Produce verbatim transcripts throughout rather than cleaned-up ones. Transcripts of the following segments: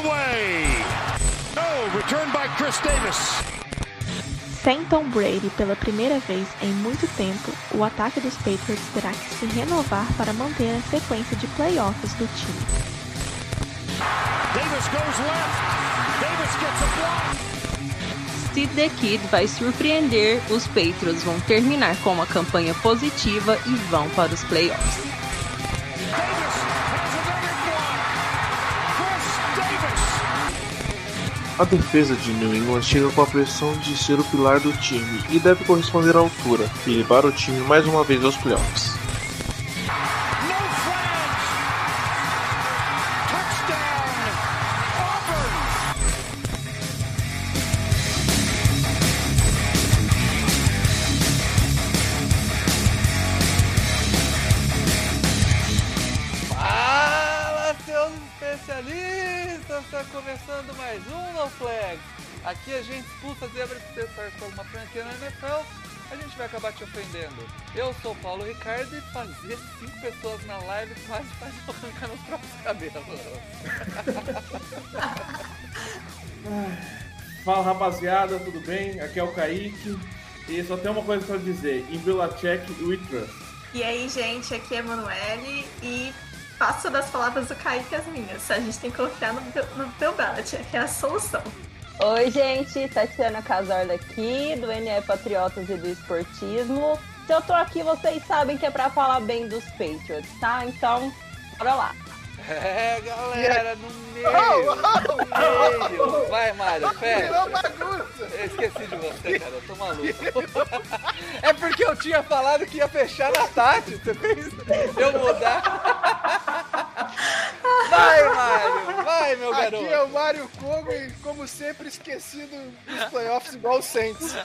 away. Oh, return by Chris Davis. Sem Tom Brady pela primeira vez em muito tempo, o ataque dos Patriots terá que se renovar para manter a sequência de playoffs do time. Davis goes left. Davis gets a block. Steve the Kid vai surpreender, os Patriots vão terminar com uma campanha positiva e vão para os playoffs. Davis has another block. Chris Davis. A defesa de New England chega com a pressão de ser o pilar do time e deve corresponder à altura e levar o time mais uma vez aos playoffs. No flags. Touchdown. Auburn. Fala, seus especialistas! Está começando mais um No Flags. Aqui a gente expulsa zebra de você torce para uma franquia na N F L, a gente vai acabar te ofendendo. Eu sou o Paulo Ricardo e fazer cinco pessoas na live quase faz eu arrancar nos próprios cabelos. Fala, rapaziada, tudo bem? Aqui é o Kaique e só tem uma coisa pra dizer: in Belichick we trust. E aí, gente, aqui é a Emanuele e faço das palavras do Kaique as minhas. A gente tem que confiar no, no Bill Belichick, que é a solução. Oi, gente, Tatiana Casorla aqui, do N E Patriotas e do Esportismo. Se eu tô aqui, vocês sabem que é pra falar bem dos Patriots, tá? Então, bora lá. É, galera, no meio, no meio. Vai, Mário, fecha. Virou bagunça. Eu esqueci de você, cara, eu tô maluco. É porque eu tinha falado que ia fechar na Tati, você fez eu mudar. Vai, Mário, vai, meu garoto. Aqui é o Mário Kogo e, como sempre, esquecido dos playoffs igual o Saints.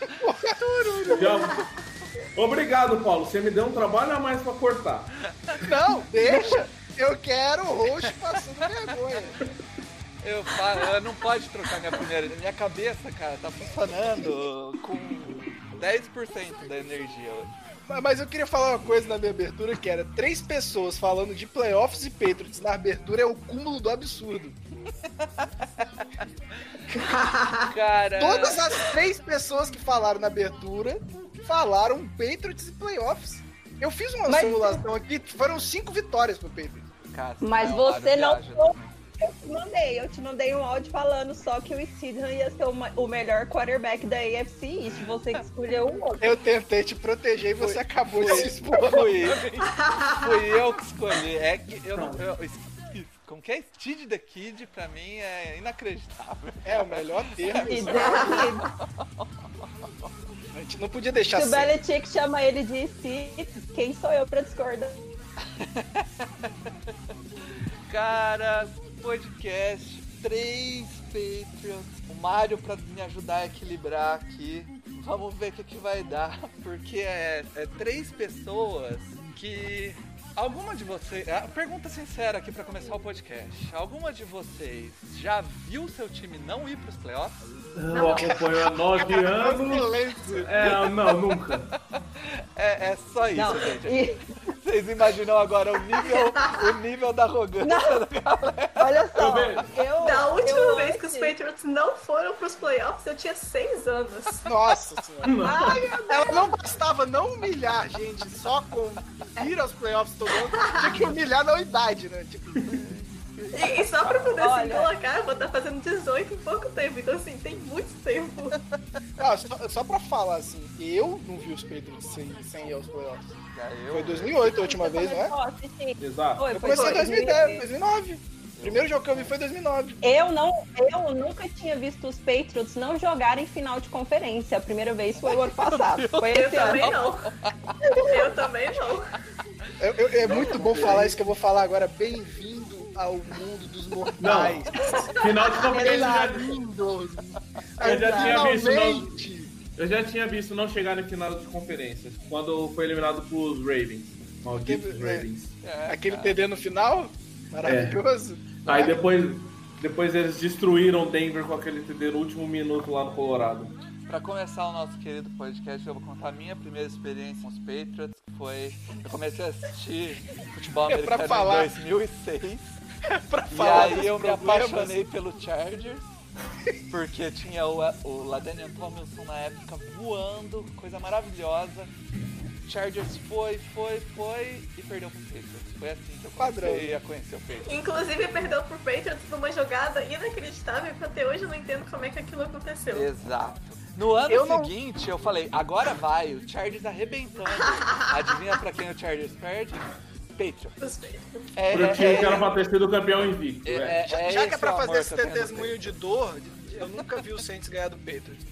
Obrigado, Paulo. Você me deu um trabalho a mais pra cortar. Não, deixa. Eu quero o host passando vergonha. Eu falo, eu não pode trocar minha primeira. Minha cabeça, cara, tá funcionando com dez por cento da energia hoje. Mas eu queria falar uma coisa na minha abertura, que era três pessoas falando de playoffs e Patriots na abertura é o cúmulo do absurdo. Cara... Todas as três pessoas que falaram na abertura falaram Patriots e playoffs. Eu fiz uma Mas... simulação aqui, foram cinco vitórias pro Patriots. Cara, Mas não, você não... viaja, Eu te mandei, eu te mandei um áudio falando só que o Steedham ia ser o, o melhor quarterback da A F C East, você que escolheu um outro. Eu tentei te proteger e você Fui, acabou fui, de se expor. Fui, fui eu que escolhi. É que eu não... Eu, como que é? Steed the Kid, pra mim, é inacreditável. É o melhor termo. A gente não podia deixar Se o assim. Belichick chama ele de Steed, quem sou eu pra discordar? Cara, podcast, três Patreons, o Mário pra me ajudar a equilibrar aqui. Vamos ver o que, que vai dar, porque é, é três pessoas que... Alguma de vocês... Ah, pergunta sincera aqui pra começar o podcast. Alguma de vocês já viu seu time não ir pros playoffs? Eu acompanho há nove anos. É, não, nunca. É, é só isso, Não, gente. e- Vocês imaginam agora o nível, o nível da arrogância Não. da galera? Olha só, Eu eu... Da última eu vez que os antes- Patriots não foram pros playoffs, eu tinha seis anos. Nossa senhora. Ai, ela não bastava não humilhar a gente só com ir aos playoffs todo ano, tinha que humilhar na idade, né? Tipo, E, e só pra poder Olha. se colocar, eu vou estar fazendo dezoito em pouco tempo. Então, assim, tem muito tempo. ah, só, só pra falar assim, eu não vi os Patriots sem, sem ir aos playoffs. Já eu- Foi dois mil e oito a última vez, não é? Começou a assistir. Exato. Foi, Eu foi comecei em dois mil e dez, dois dois mil e mil e nove. O primeiro jogo que eu vi foi em dois mil e nove. Eu não, eu nunca tinha visto os Patriots não jogarem final de conferência. A primeira vez foi o ano passado. Foi Eu esse ano. também não. Eu também não. Eu- eu- é muito bom falar isso que eu vou falar agora. Bem-vindo ao mundo dos mortais. Final de conferência já, Bem-vindo. eu já tinha visto não, Finalmente. eu já tinha visto não chegar em final de conferência quando foi eliminado pros Ravens. Malditos Aquele- é. Ravens. É, Aquele cara. T D no final, maravilhoso. Aí depois, depois eles destruíram Denver com aquele T D no último minuto lá no Colorado. Pra começar o nosso querido podcast, eu vou contar a minha primeira experiência com os Patriots, que foi... Eu comecei a assistir futebol É pra americano falar. em dois mil e seis. pra E falar aí dos eu me problemas. apaixonei pelo Chargers, porque tinha o, o LaDainian Tomlinson na época voando, coisa maravilhosa. Chargers foi, foi, foi e perdeu pro Patriots. Foi assim que eu Padrão. comecei a conhecer o Patriots. Inclusive perdeu pro Patriots numa jogada inacreditável que até hoje eu não entendo como é que aquilo aconteceu. Exato. No ano Eu não- seguinte, eu falei, agora vai, o Chargers arrebentando. Adivinha pra quem o Chargers perde? Patriots. Os Patriots. É, Pro é, time que era é, pra ter sido campeão invicto. é, é. é, Já, é já que esse é pra o fazer amor esse que eu tenho no testemunho de dor, eu nunca vi o Saints ganhar do Patriots.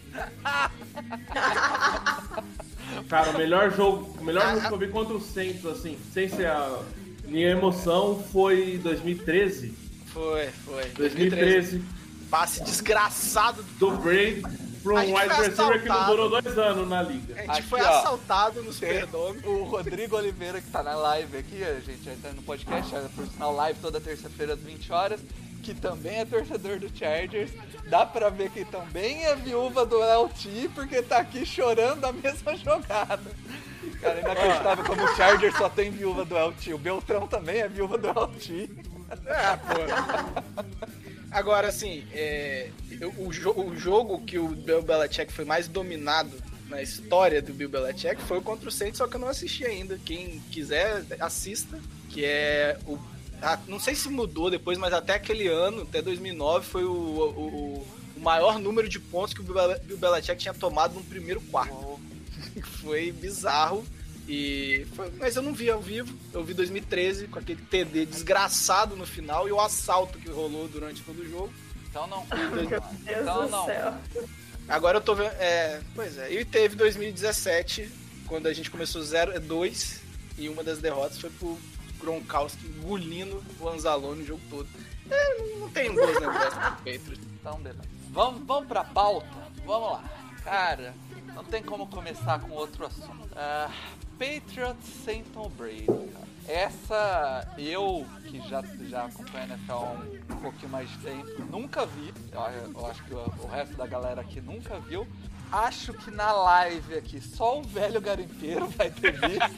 Cara, o melhor jogo, o melhor jogo que eu vi contra o Saints, assim, sem ser a minha emoção, foi dois mil e treze. Foi, foi. dois mil e treze, Passe desgraçado do... do Brady pra A um gente wide foi receiver que não assaltado. durou dois anos na liga. A gente Aqui, foi ó. assaltado no Superdome. O Rodrigo Oliveira, que tá na live aqui, a gente já tá no podcast, é por sinal live toda terça-feira às vinte horas, que também é torcedor do Chargers. Dá pra ver que também é viúva do L T, porque tá aqui chorando a mesma jogada. Cara, inacreditável como o Chargers só tem viúva do L T. O Beltrão também é viúva do L T. É, pô. Agora, assim, é, eu- o, jo- o jogo que o Bill Belichick foi mais dominado na história do Bill Belichick foi contra o Saints, só que eu não assisti ainda. Quem quiser, assista, que é o... ah, não sei se mudou depois, mas até aquele ano, até dois mil e nove, foi o, o, o maior número de pontos que o Bill Bel- Bill Belichick tinha tomado no primeiro quarto. Foi bizarro. E foi- mas eu não vi ao vivo, eu vi dois mil e treze com aquele T D desgraçado no final e o assalto que rolou durante todo o jogo. Então não. Meu Deus Então do não. céu. Agora eu tô vendo. É, pois é, e teve dois mil e dezessete, quando a gente começou zero a dois, e uma das derrotas foi pro Gronkowski engolindo o Anzalone o jogo todo. É, não, não tenho boas lembranças do Patriots. Então, beleza. Vamos, vamos pra pauta? Vamos lá. Cara, não tem como começar com outro assunto. Ah, Patriots sem Tom Brady, cara. Essa, eu que já, já acompanho a N F L há um, um pouquinho mais de tempo, nunca vi. Eu, eu acho que o, o resto da galera aqui nunca viu. Acho que na live aqui só o velho garimpeiro vai ter visto.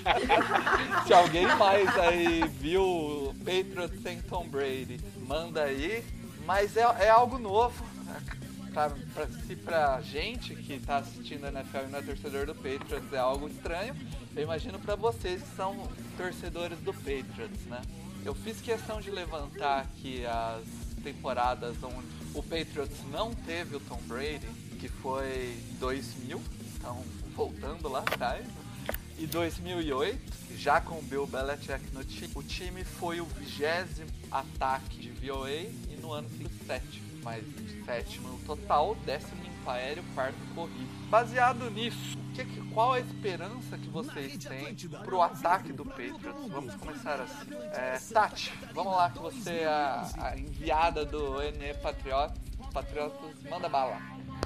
Se alguém mais aí viu Patriots sem Tom Brady, manda aí. Mas é, é algo novo. Pra, pra, se pra gente que tá assistindo a N F L e não é torcedor do Patriots é algo estranho, eu imagino pra vocês que são torcedores do Patriots, né? Eu fiz questão de levantar aqui as temporadas onde o Patriots não teve o Tom Brady, que foi dois mil, então voltando lá atrás, e dois mil e oito, já com o Bill Belichick no time. O time foi o vigésimo ataque de V O A e no ano seguinte sétimo, mas sétimo no total, décimo limpo aéreo, quarto corrido. Baseado nisso, que, que, qual a esperança que vocês têm pro ataque do Patriots? Vamos começar assim. É, Tati, vamos lá, que você é a, a enviada do N E Patriotas, Patriotas, manda bala.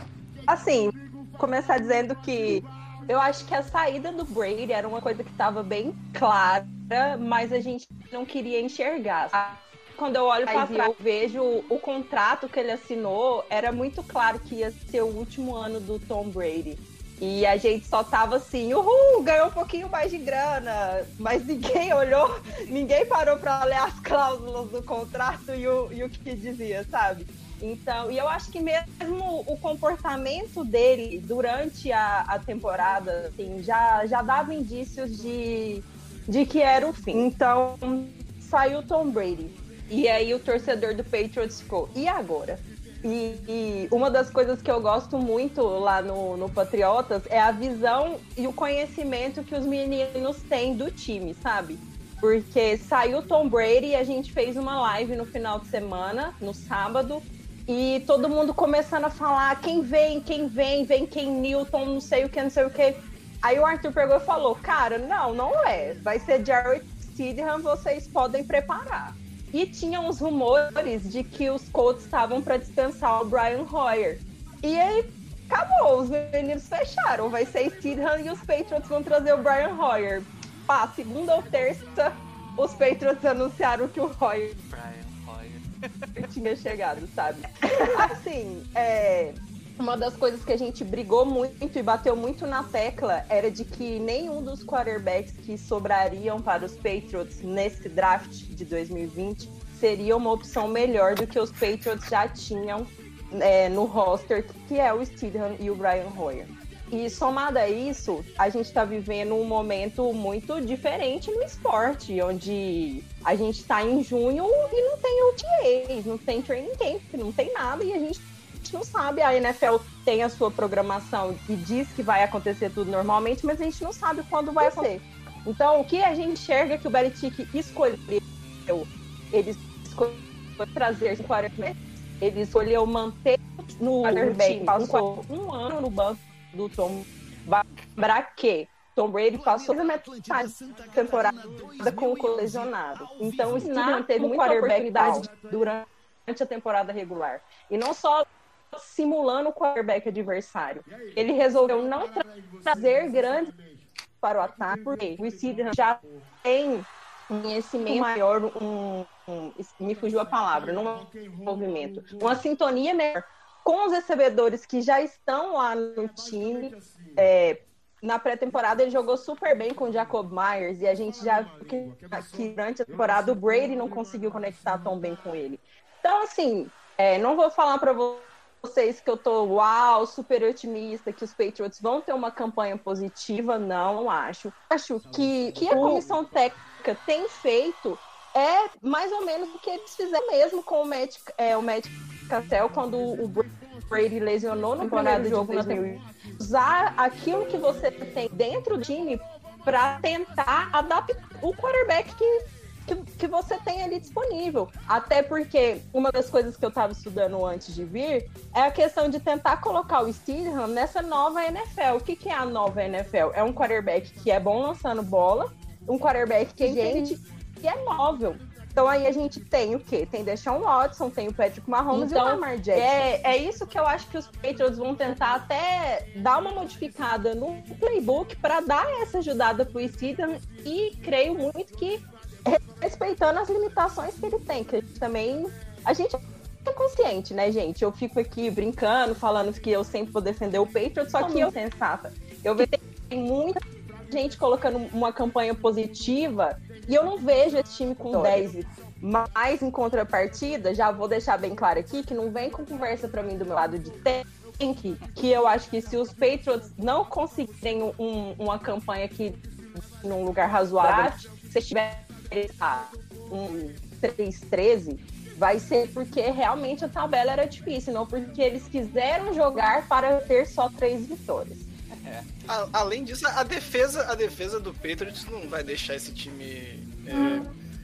Assim, começar dizendo que eu acho que a saída do Brady era uma coisa que estava bem clara, mas a gente não queria enxergar. Quando eu olho para trás e vejo o contrato que ele assinou, era muito claro que ia ser o último ano do Tom Brady. E a gente só tava assim, uhul, ganhou um pouquinho mais de grana, mas ninguém olhou, ninguém parou para ler as cláusulas do contrato e o, e o que dizia, sabe? Então, e eu acho que mesmo o comportamento dele durante a, a temporada, assim, já, já dava indícios de, de que era o fim. Então, saiu o Tom Brady. E aí o torcedor do Patriots ficou, e agora? E, e uma das coisas que eu gosto muito lá no, no Patriotas é a visão e o conhecimento que os meninos têm do time, sabe? Porque saiu o Tom Brady e a gente fez uma live no final de semana, no sábado, e todo mundo começando a falar quem vem, quem vem, vem quem Newton, não sei o que, não sei o que. Aí o Arthur pegou e falou, cara, não, não é. Vai ser Jarrett Stidham, vocês podem preparar. E tinha uns rumores de que os Colts estavam para dispensar o Brian Hoyer. E aí, acabou, os meninos fecharam. Vai ser Stidham e os Patriots vão trazer o Brian Hoyer. Pá, segunda ou terça, os Patriots anunciaram que o Hoyer... Brian Hoyer. tinha chegado, sabe? Assim, é... uma das coisas que a gente brigou muito e bateu muito na tecla era de que nenhum dos quarterbacks que sobrariam para os Patriots nesse draft de dois mil e vinte seria uma opção melhor do que os Patriots já tinham é, no roster, que é o Stidham e o Brian Hoyer. E somado a isso, a gente está vivendo um momento muito diferente no esporte, onde a gente está em junho e não tem O T As, não tem training camp, não tem nada, e a gente não sabe. A N F L tem a sua programação e diz que vai acontecer tudo normalmente, mas a gente não sabe quando vai acontecer. Então, o que a gente enxerga que o Belichick escolheu, ele escolheu trazer esse quarterback, ele escolheu manter no time, passou um ano no banco do Tom, para quê? Tom Brady passou a metade da temporada com o colesionado. Então, o Stidham teve muita oportunidade durante a temporada regular. E não só simulando o quarterback adversário. Ele resolveu não tra- trazer grandes para o ataque, porque o Stidham já tem um conhecimento maior, um, um, me fugiu a palavra, não é um movimento, uma sintonia melhor com os recebedores que já estão lá no time. É, na pré-temporada ele jogou super bem com o Jacob Myers, e a gente já viu que, que durante a temporada o Brady não conseguiu conectar tão bem com ele. Então, assim, é, não vou falar para vocês que eu tô, uau, super otimista, que os Patriots vão ter uma campanha positiva, não acho. Acho que, que a comissão técnica tem feito é mais ou menos o que eles fizeram mesmo com o Matt, é, o Matt Cassell, quando o Brady lesionou no primeiro jogo na temporada. Usar aquilo que você tem dentro do time para tentar adaptar o quarterback que, que, que você tem ali disponível. Até porque uma das coisas que eu estava estudando antes de vir é a questão de tentar colocar o Stidham nessa nova N F L. O que, que é a nova N F L? É um quarterback que é bom lançando bola, um quarterback que é gente e é móvel. Então aí a gente tem o quê? Tem Deshaun Watson, tem o Patrick Mahomes então, e o Lamar Jackson. É, é isso que eu acho que os Patriots vão tentar até dar uma modificada no playbook para dar essa ajudada pro Stidham, e creio muito que respeitando as limitações que ele tem, que também a gente é consciente, né, gente? Eu fico aqui brincando, falando que eu sempre vou defender o Patriots, só que eu sensata. Eu vejo que tem muita gente colocando uma campanha positiva e eu não vejo esse time com dez. Mas em contrapartida, já vou deixar bem claro aqui que não vem com conversa pra mim do meu lado de tank, que eu acho que se os Patriots não conseguirem um, uma campanha aqui num lugar razoável, se tiver um três treze, vai ser porque realmente a tabela era difícil, não porque eles quiseram jogar para ter só três vitórias. É. A, além disso, a defesa, a defesa do Patriots não vai deixar esse time é, hum.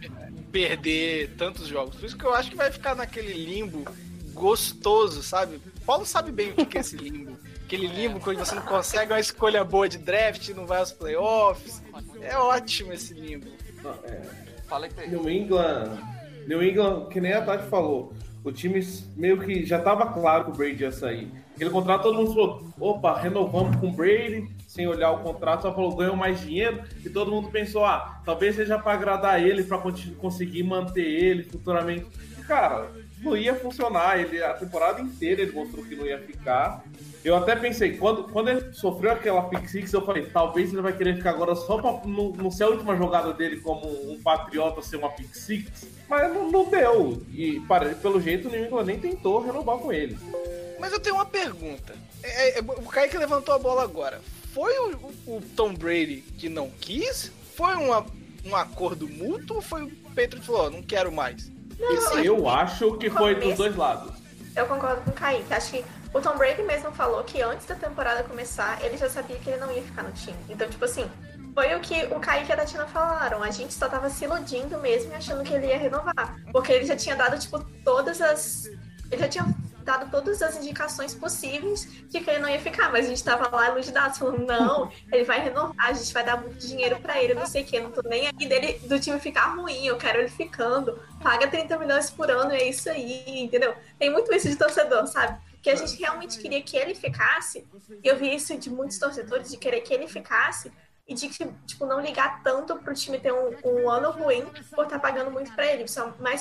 perder tantos jogos. Por isso que eu acho que vai ficar naquele limbo gostoso, sabe? Paulo sabe bem o que é esse limbo. Aquele limbo quando você não consegue uma escolha boa de draft, não vai aos playoffs. É ótimo esse limbo. É. Fala que New England, New England, que nem a Tati falou, o time meio que já tava claro que o Brady ia sair. Aquele contrato, todo mundo falou, opa, renovamos com o Brady, sem olhar o contrato, só falou, ganhou mais dinheiro, e todo mundo pensou, ah, talvez seja para agradar ele, para conseguir manter ele futuramente. Cara, não ia funcionar, ele, a temporada inteira ele mostrou que não ia ficar. Eu até pensei, quando, quando ele sofreu aquela pick six, eu falei, talvez ele vai querer ficar agora só pra não, não ser a última jogada dele como um patriota ser uma pick six, mas não, não deu, e para, pelo jeito o New England nem tentou renovar com ele. Mas eu tenho uma pergunta. É, é, o Kaique levantou a bola agora. Foi o, o Tom Brady que não quis? Foi uma, um acordo mútuo ou foi o Patriots que falou, não quero mais? Não, eu acho que foi dos dois lados. Eu concordo com o Kaique. Acho que o Tom Brady mesmo falou que antes da temporada começar, ele já sabia que ele não ia ficar no time. Então, tipo assim, foi o que o Kaique e a Tatiana falaram. A gente só tava se iludindo mesmo e achando que ele ia renovar. Porque ele já tinha dado, tipo, todas as... Ele já tinha dado todas as indicações possíveis de que ele não ia ficar, mas a gente tava lá iludidados, falando, não, ele vai renovar, a gente vai dar muito dinheiro pra ele, não sei o que, não tô nem aí dele, do time ficar ruim, eu quero ele ficando, paga trinta milhões por ano e é isso aí, entendeu? Tem muito isso de torcedor, sabe? Que a gente realmente queria que ele ficasse, e eu vi isso de muitos torcedores, de querer que ele ficasse, e de, tipo, não ligar tanto pro time ter um, um ano ruim por estar pagando muito pra ele, só mais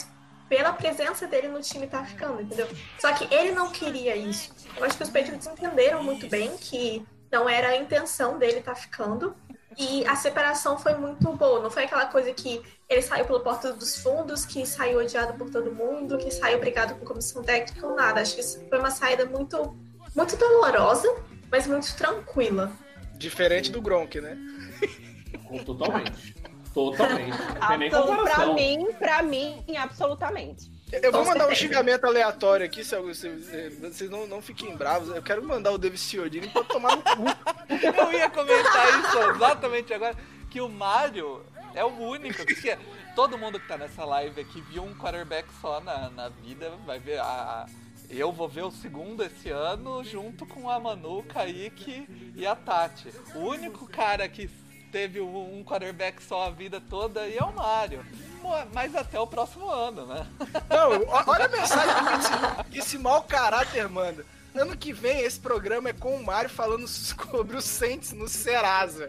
pela presença dele no time tá ficando, entendeu? Só que ele não queria isso. Eu acho que os Patriots entenderam muito bem que não era a intenção dele tá ficando. E a separação foi muito boa. Não foi aquela coisa que ele saiu pela porta dos fundos, que saiu odiado por todo mundo, que saiu brigado com comissão técnica ou nada. Acho que foi uma saída muito, muito dolorosa, mas muito tranquila. Diferente do Gronk, né? Totalmente. Totalmente. Absol- pra mim, pra mim, absolutamente. Eu vou Com mandar um certeza. xingamento aleatório aqui, se vocês não, não fiquem bravos. Eu quero mandar o Davis Chiodini pra tomar no cu. Eu ia comentar isso exatamente agora, que o Mário é o único, que todo mundo que tá nessa live aqui viu um quarterback só na, na vida, vai ver a... Eu vou ver o segundo esse ano junto com a Manu, o Kaique e a Tati. O único cara que teve um quarterback só a vida toda aí é o Mário. Mas até o próximo ano, né? Não, olha a mensagem que esse, que esse mau caráter manda. Ano que vem esse programa é com o Mário falando sobre os Saints no Serasa.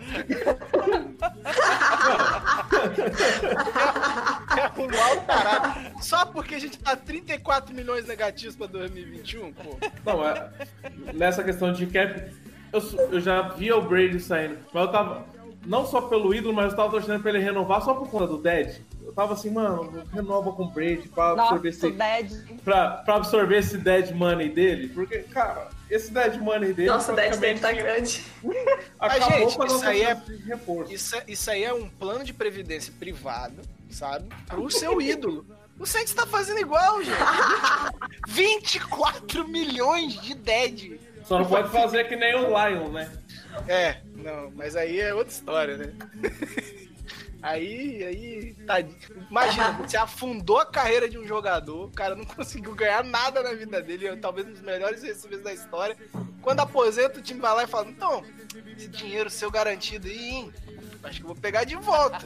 É, é um mau caráter. Só porque a gente tá trinta e quatro milhões negativos pra dois mil e vinte e um, pô. Não, é, nessa questão de cap, eu, eu já via o Brady saindo, mas eu tava, não só pelo ídolo, mas eu tava torcendo pra ele renovar só por conta do Dead. Eu tava assim, mano, renova com o Brady pra absorver, Nossa, esse, Dead. pra, pra absorver esse Dead Money dele, porque, cara, esse Dead Money dele... Nossa, o Dead dele tá grande. Mas, Acabou gente, com a isso nossa aí, é, chance de reforço. isso, isso aí é um plano de previdência privado, sabe? Pro seu ídolo. O Saints tá fazendo igual, gente. vinte e quatro milhões de dead. Só não pode fazer que nem o Lion, né? É, não, mas aí é outra história, né? Aí, aí, tá. Imagina, você afundou a carreira de um jogador, o cara não conseguiu ganhar nada na vida dele, é talvez um dos melhores recebidos da história. Quando aposenta, o time vai lá e fala: então, esse dinheiro seu garantido aí, hein? Acho que eu vou pegar de volta.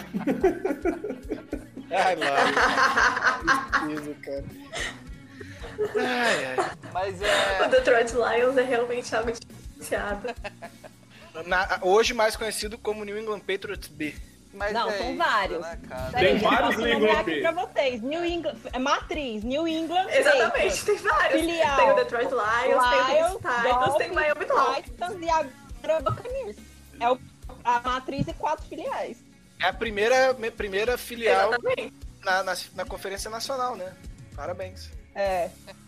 Ai, lá. Isso, cara. Ai, ai. Mas é. O Detroit Lions é realmente algo diferenciado. Na, hoje mais conhecido como New England Patriots B. Mas Não, é são isso, vários. né, cara? Tem Peraí, vários posso New nomear England aqui B. pra vocês. New England, é matriz, New England Exatamente, tem vários. Filial. Tem o Detroit Lions, tem o Tennessee Titans, tem o Miami Dolphins. Titans e agora o Buccaneers. É o, a matriz e quatro filiais. É a primeira, primeira filial Exatamente. na, na, na Conferência Nacional, né? Parabéns. É.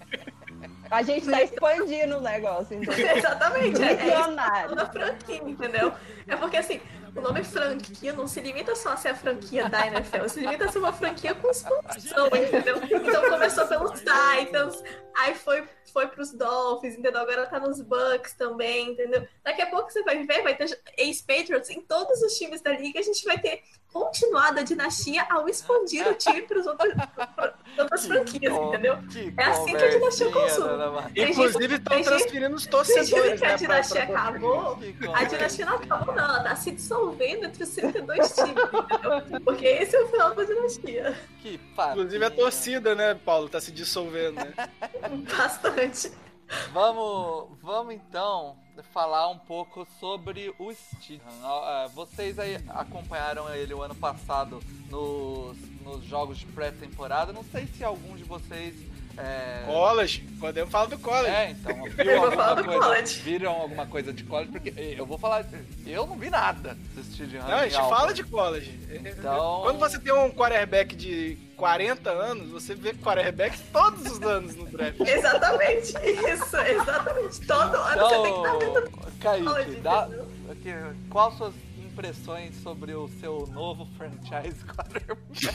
A gente tá expandindo o negócio, entendeu? Exatamente, é, é Missionário. isso da franquia, entendeu? É porque assim, o nome franquia não se limita só a ser a franquia da N F L, se limita a ser uma franquia com expansão, entendeu? Então começou pelos Titans, aí foi, foi pros Dolphins, entendeu? Agora tá nos Bucks também, entendeu? Daqui a pouco você vai ver, vai ter ex-Patriots em todos os times da liga, a gente vai ter continuado a dinastia ao expandir o time para outras franquias, com- entendeu? que É assim que a dinastia conversinha, consome. Dona Maria. Tem Inclusive, gente- estão tem gente- transferindo os Vocês dizem torcedores, que a né? dinastia pra- pra- acabou, Que a conversa. dinastia não acabou, não. Ela tá se dissolvendo entre os trinta e dois times, entendeu? Porque esse é o final da dinastia. Que papinho. Inclusive a torcida, né, Paulo? Tá se dissolvendo, né? Bastante. Vamos, vamos então falar um pouco sobre o Steedham. Ah, vocês aí acompanharam ele o ano passado nos, nos jogos de pré-temporada. Não sei se alguns de vocês é... College. Podemos falar do college. É, então, Eu viram vou falar alguma do coisa, college. viram alguma coisa de college, porque eu vou falar, eu não vi nada do Steedham. Não, a gente em Auburn. fala de college. Então- Quando você tem um quarterback de quarenta anos, você vê quarterbacks todos os anos no draft. Exatamente. Isso, exatamente. Todo ano você tem que estar vendo. Então, Kaique, college, dá, entendeu? aqui, quais suas impressões sobre o seu novo franchise quarterback?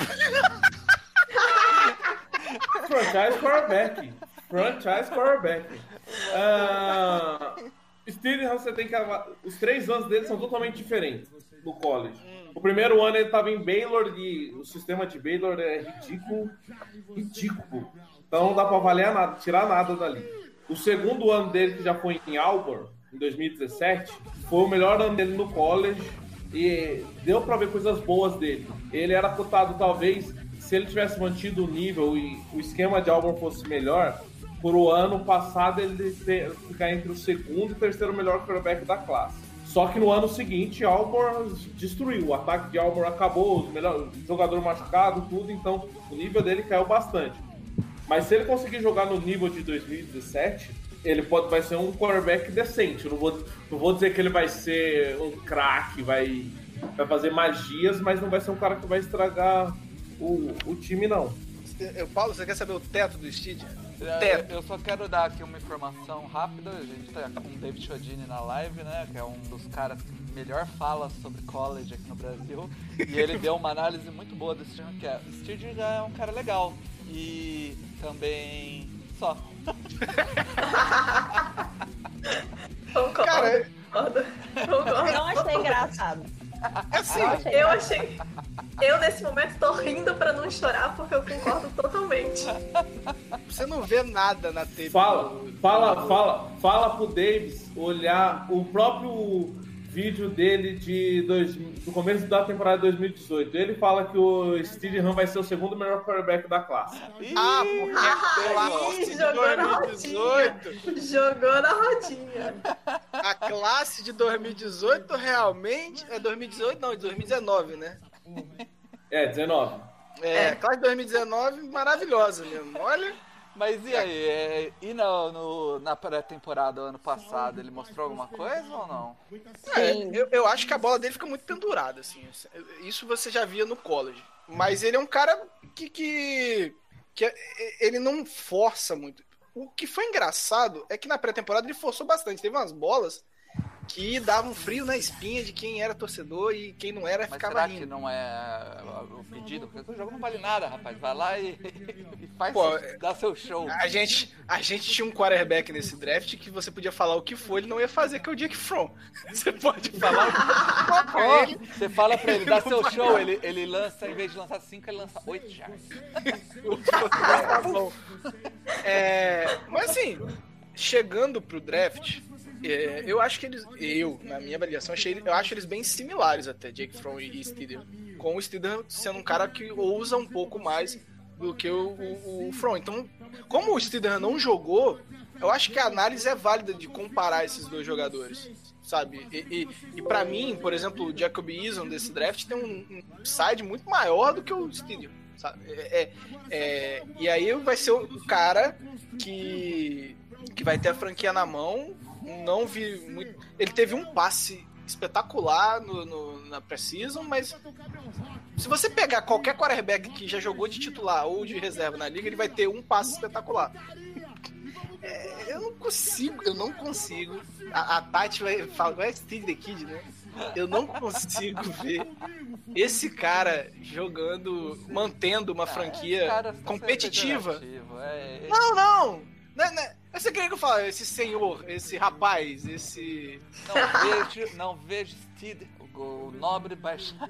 Franchise quarterback. Franchise quarterback. Uh, Steedham, você tem que... Os três anos dele são totalmente diferentes no college. O primeiro ano ele estava em Baylor e o sistema de Baylor é ridículo. Ridículo. Então não dá para avaliar nada, tirar nada dali. O segundo ano dele, que já foi em Auburn, em dois mil e dezessete, foi o melhor ano dele no college e deu para ver coisas boas dele. Ele era cotado, talvez, se ele tivesse mantido o nível e o esquema de Auburn fosse melhor, por o ano passado ele ter, ficar entre o segundo e terceiro melhor quarterback da classe. Só que no ano seguinte, Almor destruiu. O ataque de Almor acabou, o melhor jogador machucado, tudo. Então, o nível dele caiu bastante. Mas se ele conseguir jogar no nível de dois mil e dezessete, ele pode, vai ser um quarterback decente. Eu não vou, não vou dizer que ele vai ser um craque, vai, vai fazer magias, mas não vai ser um cara que vai estragar o, o time, não. Eu, Paulo, você quer saber o teto do Steed? É, eu só quero dar aqui uma informação rápida. A gente tá com o David Chodini na live, né? Que é um dos caras que melhor fala sobre college aqui no Brasil. E ele deu uma análise muito boa desse time, que é o Steed já é um cara legal. E também só. Concordo. Cara, concordo. Concordo. Não achei engraçado. assim, Eu achei Eu achei. Eu, nesse momento, tô rindo pra não chorar, porque eu concordo totalmente. você não vê nada na T V. Fala, fala, fala, fala pro Davis olhar o próprio vídeo dele de dois, do começo da temporada de dois mil e dezoito. Ele fala que o Steedham vai ser o segundo melhor quarterback da classe. Ah, porque a classe de jogou na dois mil e dezoito. Jogou na rodinha. A classe de dois mil e dezoito realmente. É dois mil e dezoito? Não, é dois mil e dezenove, né? É, dezenove. É, a classe de dois mil e dezenove maravilhosa mesmo. Olha. Mas e aí? É, e no, no, na pré-temporada ano passado, ele mostrou alguma coisa ou não? É, Sim. eu, eu acho que a bola dele fica muito pendurada, assim. Isso você já via no college. Mas ele é um cara que, que, que ele não força muito. O que foi engraçado é que na pré-temporada ele forçou bastante. Teve umas bolas que davam frio na espinha de quem era torcedor e quem não era Mas ficava será rindo. que não é o pedido? Porque o jogo não vale nada, rapaz. Vai lá e, e faz Pô, seu, dá seu show. A gente, a gente tinha um quarterback nesse draft que você podia falar o que for, ele não ia fazer, que é o Jake Fromm. Você pode falar o que for pra Ó, ele. você fala pra ele, dá Não seu vai show, dar. ele, ele lança, em vez de lançar cinco, ele lança oito já. Tá bom. É, mas assim, chegando pro draft, é, eu acho que eles, eu, na minha avaliação, achei, eu acho eles bem similares até, Jake Fromm e Steedham. Com o Steedham sendo um cara que ousa um pouco mais do que o, o, o Fromm. Então, como o Steedham não jogou, eu acho que a análise é válida de comparar esses dois jogadores, sabe? E, e, e pra mim, por exemplo, o Jacob Eason desse draft tem um, um side muito maior do que o Steedham. Sabe? É, é, é, e aí vai ser o cara que, que vai ter a franquia na mão. Não vi muito. Ele teve um passe espetacular no, no, na pré-season, mas se você pegar qualquer quarterback que já jogou de titular ou de reserva na liga, ele vai ter um passe espetacular. É, eu não consigo, eu não consigo. A, a Tati vai falar, vai Steve the Kid, né? Eu não consigo ver esse cara jogando, mantendo uma franquia Cara, tá competitiva. sendo pejorativo, é, é- Não, não! Não, não. Você queria que eu falasse? Esse senhor, esse rapaz, esse. Não vejo, não vejo Steed, o, o nobre bacharel.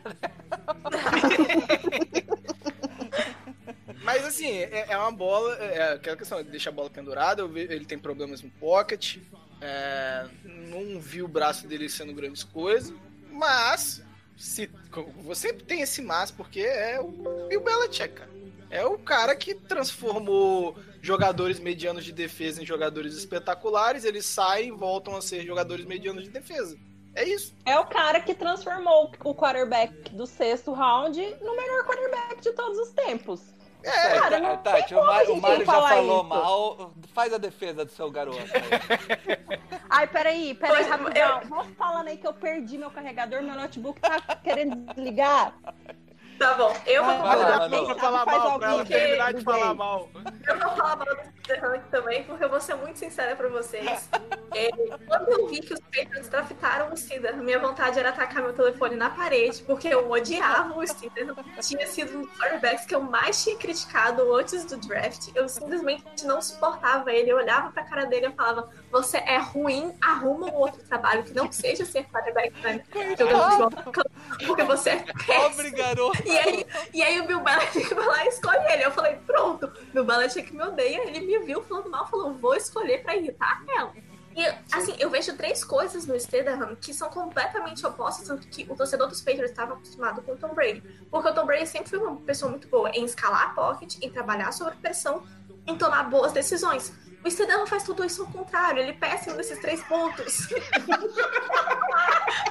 Mas assim, é, é uma bola. É aquela questão, ele deixa a bola pendurada, eu ve- ele tem problemas no pocket. É, não vi o braço dele sendo grandes coisas. Mas, se, você tem esse mas porque é o Bill Belichick, cara. É o cara que transformou jogadores medianos de defesa em jogadores espetaculares. Eles saem e voltam a ser jogadores medianos de defesa. É isso. É o cara que transformou o quarterback do sexto round no melhor quarterback de todos os tempos. É, Cara, não Tati, tem o como a Mário, gente o Mário já falar falou isso. mal. Faz a defesa do seu garoto aí. Ai, peraí, peraí, Pois, rapidão. Vou falando aí que eu perdi meu carregador, meu notebook tá querendo desligar. Tá bom, eu vou Vai lá, falar, Manu. Pra falar Faz mal, pra ela alguém terminar do de falar bem. mal. eu vou falar mal do Steedham aqui também, porque eu vou ser muito sincera pra vocês. É, quando eu vi que os Patriots draftaram o Steedham, minha vontade era atacar meu telefone na parede, porque eu odiava o Steedham. Tinha sido um dos quarterbacks que eu mais tinha criticado antes do draft. Eu simplesmente não suportava ele. Eu olhava pra cara dele e eu falava: você é ruim, arruma um outro trabalho que não seja ser quarterback né? jogando futebol, porque você é péssimo. Pobre garoto. E aí, e aí o Bill Belichick vai lá e escolhe ele. Eu falei, pronto, Bill Belichick me odeia. Ele me viu falando mal, falou, vou escolher pra irritar ela. E, assim, eu vejo três coisas no Steedham que são completamente opostas ao que o torcedor dos Patriots estava acostumado com o Tom Brady. Porque o Tom Brady sempre foi uma pessoa muito boa em escalar a pocket, em trabalhar sob pressão, em tomar boas decisões. O Steedham faz tudo isso ao contrário, ele é péssimo nesses três pontos.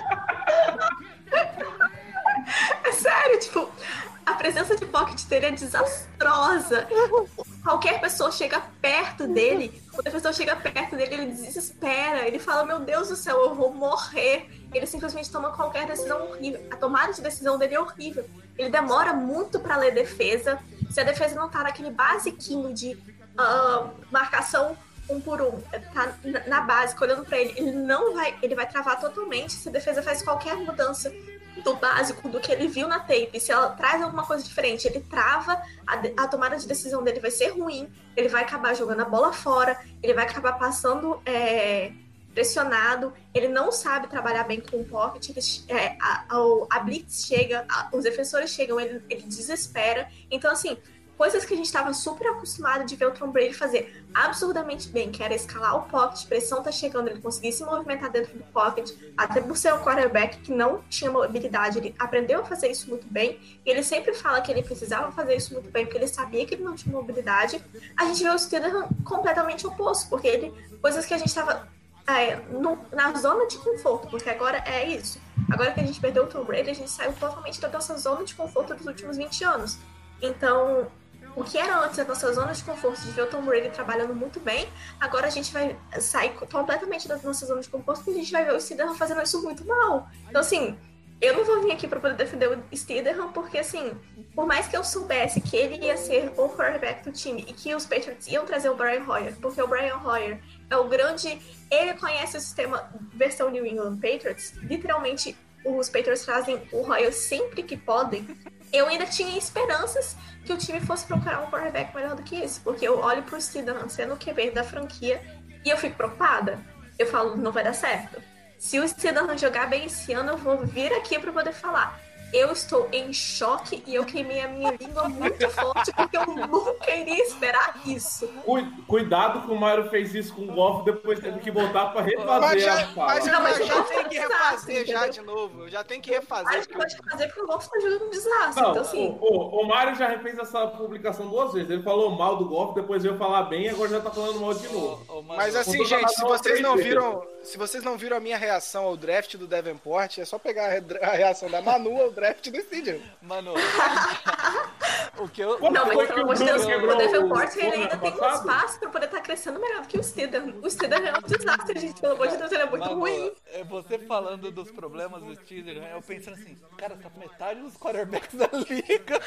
presença de pocket dele é desastrosa. Qualquer pessoa chega perto dele, quando a pessoa chega perto dele, ele desespera. Ele fala, meu Deus do céu, eu vou morrer. Ele simplesmente toma qualquer decisão horrível. A tomada de decisão dele é horrível. Ele demora muito pra ler defesa. Se a defesa não tá naquele basiquinho de uh, marcação um por um, tá na base, olhando pra ele, ele não vai, ele vai travar totalmente se a defesa faz qualquer mudança do básico, do que ele viu na tape. Se ela traz alguma coisa diferente, ele trava, a, a tomada de decisão dele vai ser ruim, ele vai acabar jogando a bola fora, ele vai acabar passando é, pressionado, ele não sabe trabalhar bem com o pocket, ele, é, a, a, a blitz chega, a, os defensores chegam, ele, ele desespera. Então, assim, coisas que a gente estava super acostumado de ver o Tom Brady fazer absurdamente bem, que era escalar o pocket, pressão tá chegando, ele conseguir se movimentar dentro do pocket, até por ser um quarterback que não tinha mobilidade, ele aprendeu a fazer isso muito bem, e ele sempre fala que ele precisava fazer isso muito bem, porque ele sabia que ele não tinha mobilidade. A gente vê o Steelers completamente oposto, porque ele, coisas que a gente estava é, na zona de conforto, porque agora é isso. Agora que a gente perdeu o Tom Brady, a gente saiu totalmente da nossa zona de conforto dos últimos vinte anos. Então, o que era antes a nossa zona de conforto de ver o Tom Brady trabalhando muito bem, agora a gente vai sair completamente da nossa zona de conforto e a gente vai ver o Steedham fazendo isso muito mal. Então, assim, eu não vou vir aqui para poder defender o Steedham, porque, assim, por mais que eu soubesse que ele ia ser o quarterback do time e que os Patriots iam trazer o Brian Hoyer, porque o Brian Hoyer é o grande... Ele conhece o sistema versão New England Patriots, literalmente os Patriots trazem o Hoyer sempre que podem. Eu ainda tinha esperanças que o time fosse procurar um quarterback melhor do que esse, porque eu olho pro Steedham sendo o Q B da franquia e eu fico preocupada. Eu falo, não vai dar certo. Se o Steedham jogar bem esse ano, eu vou vir aqui para poder falar. Eu estou em choque e eu queimei a minha língua muito forte, porque eu nunca iria esperar isso. Cuidado que o Mário fez isso com o Goff, depois teve que voltar para refazer mas já, a fala. Mas, não, mas eu já eu tenho que refazer desastre, já de novo. Eu já tenho que refazer. Acho que pode fazer porque o Goff tá jogando um desastre. Não, então, assim... o, o, o Mário já fez essa publicação duas vezes. Ele falou mal do Goff, depois veio falar bem e agora já tá falando mal de novo. Ô, ô, Mas assim, gente, se vocês não viram, se vocês não viram a minha reação ao draft do Davenport, é só pegar a reação da Manu ao draft do Steedham. Mano, o que eu... Não, mas pelo amor de Deus, quebrou o Davenport o- ele o ainda ano tem um passado? espaço pra poder estar crescendo melhor do que o Steedham. O Steedham é um desastre, gente. Pelo amor de Deus, ele é muito Mano, ruim. é você falando dos problemas do Steelers, eu pensando assim, cara, tá metade dos quarterbacks da liga.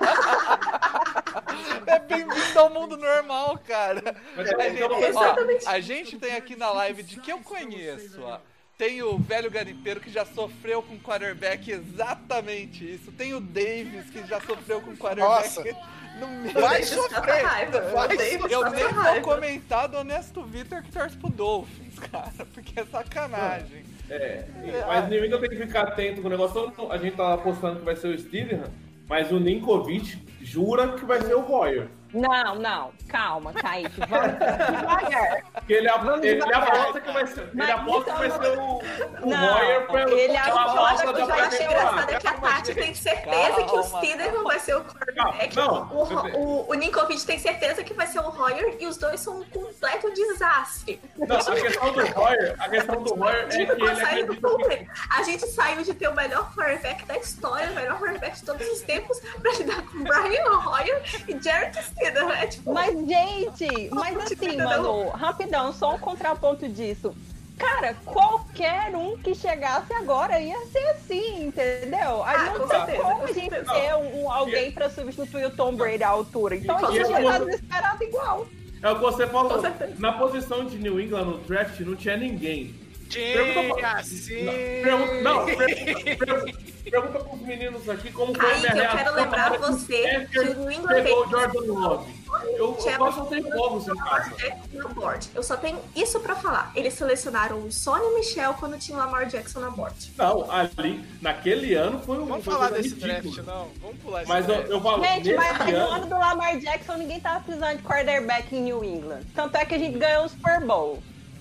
É bem-vindo ao mundo normal, cara. Mas A é- gente, então- ó, Exatamente. a gente tem aqui na live de que eu conheço, ó. Tem o velho garimpeiro que já sofreu com quarterback exatamente isso. Tem o Davis que já sofreu com quarterback. Nossa. No mesmo... Vai Deixa eu sofrer. ficar raiva. Vai Eu odeio Eu essa nem vou raiva. comentar do honesto Vitor que torce pro Dolphins, cara, porque é sacanagem. É, mas o New England tem que ficar atento com o negócio. A gente tá apostando que vai ser o Steedham, mas o Ninkovic jura que vai ser o Hoyer. Não, não, calma, Kaique, vamos devagar. Porque ele, Vamos ele, ele devagar. aposta que vai ser, Mas ele aposta então que vai não- ser o, o Não, Hoyer pelo, ele pela aposta Eu acho, volta eu da já achei engraçado é pré-temporada. que a Tati tem certeza que o Calma, Steedham não vai ser o quarterback. Não, O, Ro- o, o Ninkovic tem certeza que vai ser o Hoyer e os dois são um completo desastre. Não, a questão do Hoyer, a questão do Hoyer é que Tipo, ele saiu do acredita que... Cooper. A gente saiu de ter o melhor quarterback da história, o melhor quarterback de todos os tempos, pra lidar com Brian Hoyer e Jarrett Steedham. É tipo, Mas, gente, mas assim, mano, rapidão, só um contraponto disso. Cara, qualquer um que chegasse agora ia ser assim, entendeu? Aí Ah, não com tem certeza, como com a gente certeza. ter um, um- alguém pra substituir o Tom Brady à altura. Então a E gente é ia estar como- desesperado igual. É o que você Com falou. certeza. Na posição de New England no draft não tinha ninguém. Tinha, sim. Pergunta, não, pergunta, pergunta, pergunta pros meninos aqui como foi a Kaique, minha eu quero reação lembrar na hora você Packers que o New England pegou o Patriots- Jordan Love. Eu, eu quase não tenho fogos em casa. no board. Eu só tenho isso pra falar. Eles selecionaram o Sonny Michel quando tinha o Lamar Jackson na board. Não, ali, naquele ano foi um Vamos foi falar coisa desse ridícula. draft, não. Vamos pular esse Mas eu, draft. eu falo, Gente, mas nesse no ano, ano do Lamar Jackson ninguém tava precisando de quarterback em New England. Tanto é que a gente ganhou o Super Bowl.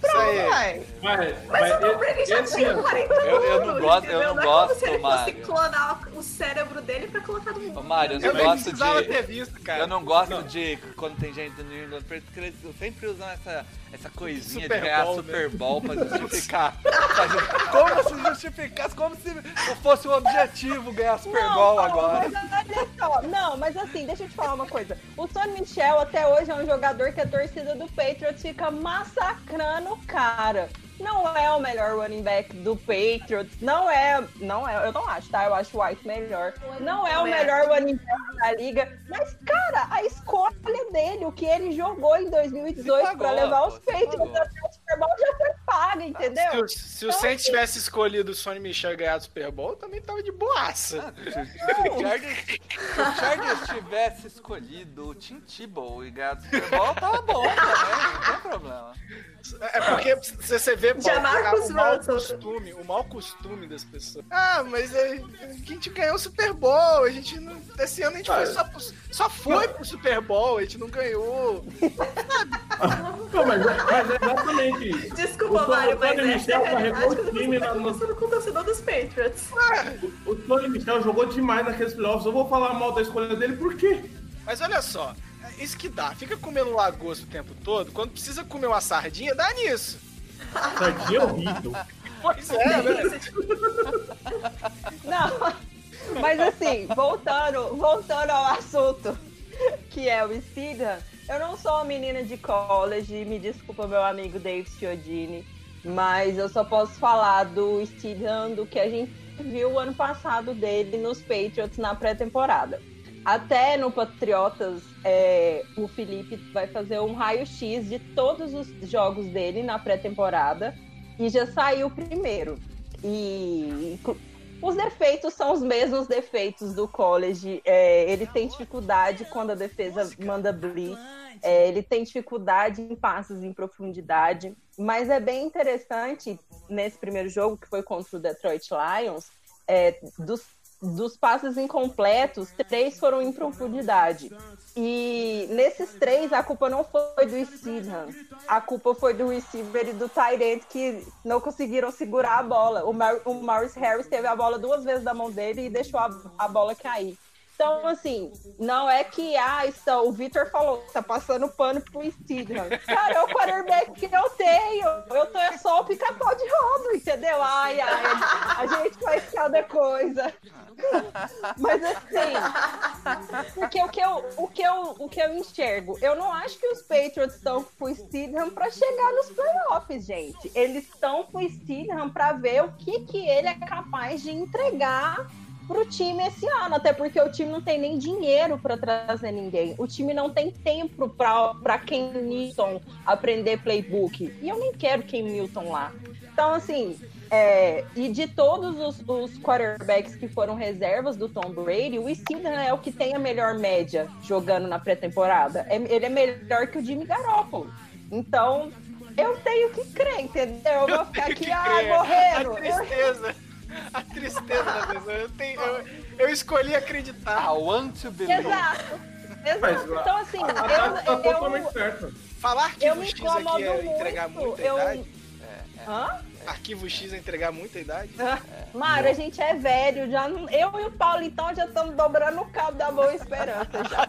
Pronto, vai. Mas, Mas mas o Tom Brady já esse tinha ano- quarenta Eu- eu não anos, gosto- eu entendeu? não é como gosto, se ele fosse Mário. clonar o cérebro dele pra colocar no mundo. Ô, Mário, eu não Eu nem gosto precisava de... ter visto, cara. Eu não gosto Não. de quando tem gente do New England Patriots, porque eles sempre usam essa, essa coisinha Super de ganhar Bowl, Super né? Bowl pra justificar. Pra ju- como se justificasse, como se fosse um objetivo ganhar Super Não, Bowl Paulo, agora. Mas olha só, não, mas assim, deixa eu te falar uma coisa. O Sonny Michel até hoje é um jogador que a torcida do Patriots fica massacrando o cara. Não é o melhor running back do Patriots, não é, não é, eu não acho, tá? Eu acho o White melhor. Não é o melhor running back da liga, mas, cara, a escolha dele, o que ele jogou em dois mil e dezoito Se pagou, pra levar os pô, se Patriots pagou. até o Super Bowl já foi paga, entendeu? Se o, se o Saints tivesse escolhido o Sonny Michel e ganhado o Super Bowl, também tava de boaça. Se o Chargers, se o Chargers tivesse escolhido o Tim Tebow e ganhado o Super Bowl, tava bom também, não tem problema. É porque se você vê Paulo, Jamarcus o mau Russell. costume, o mau costume das pessoas. Ah, mas a, a gente ganhou o Super Bowl, a gente não, esse ano a gente foi só, pro- só foi pro Super Bowl, a gente não ganhou. Não, mas, mas é exatamente isso. Desculpa, O Mário, mas Sonny essa é a Michel realidade carregou quando o você time tá na- no- conversando com o torcedor dos Patriots. O Sonny Michel jogou demais naqueles playoffs. Eu vou falar mal da escolha dele, por quê? Mas olha só, é isso que dá, fica comendo lagosta o tempo todo, quando precisa comer uma sardinha, dá nisso. Sardinha é horrível. Pois é, né? Não, mas assim, voltando, voltando ao assunto, que é o Steedham, eu não sou uma menina de college, me desculpa meu amigo Dave Chiodini, mas eu só posso falar do Steedham, do que a gente viu o ano passado dele nos Patriots na pré-temporada. Até no Patriotas, é, o Felipe vai fazer um raio-x de todos os jogos dele na pré-temporada e já saiu o primeiro. E os defeitos são os mesmos defeitos do college. É, ele tem dificuldade quando a defesa manda blitz. É, ele tem dificuldade em passes em profundidade. Mas é bem interessante, nesse primeiro jogo, que foi contra o Detroit Lions, é, dos, dos passes incompletos, três foram em profundidade. E nesses três, a culpa não foi do Steedham. A culpa foi do receiver e do tight end, que não conseguiram segurar a bola. O, Mar- o Maurice Harris teve a bola duas vezes na mão dele e deixou a, a bola cair. Então, assim, não é que ah, está, o Victor falou, tá passando pano pro Steedham. Cara, é o quarterback que eu tenho. Eu tô é só o pica-pau de rodo, entendeu? Ai, ai, a gente faz cada coisa. Mas assim, porque o que, eu, o, que eu, o que eu enxergo, eu não acho que os Patriots estão com o Steedham pra chegar nos playoffs, gente. Eles estão com o Steedham pra ver o que, que ele é capaz de entregar pro time esse ano, até porque o time não tem nem dinheiro para trazer ninguém. O time não tem tempo para Ken Newton aprender playbook. E eu nem quero Ken Newton lá. Então, assim, é, e de todos os, os quarterbacks que foram reservas do Tom Brady, o Steedham é o que tem a melhor média jogando na pré-temporada. É, ele é melhor que o Jimmy Garoppolo. Então, eu tenho que crer, entendeu? Eu vou ficar aqui, ah, morrendo. A tristeza. A tristeza da pessoa. Eu, tenho, eu, eu escolhi acreditar. I want to believe. Exato. Exato. Mas, Então, assim, A Tati tá eu, eu, totalmente certo. Falar eu arquivo me X aqui incomodo é entregar muito. muita Eu... idade? Hã? Arquivo X é entregar muita idade? Mário, a gente é velho, já não... eu e o Paulo, então, já estamos dobrando o cabo da boa esperança. Já.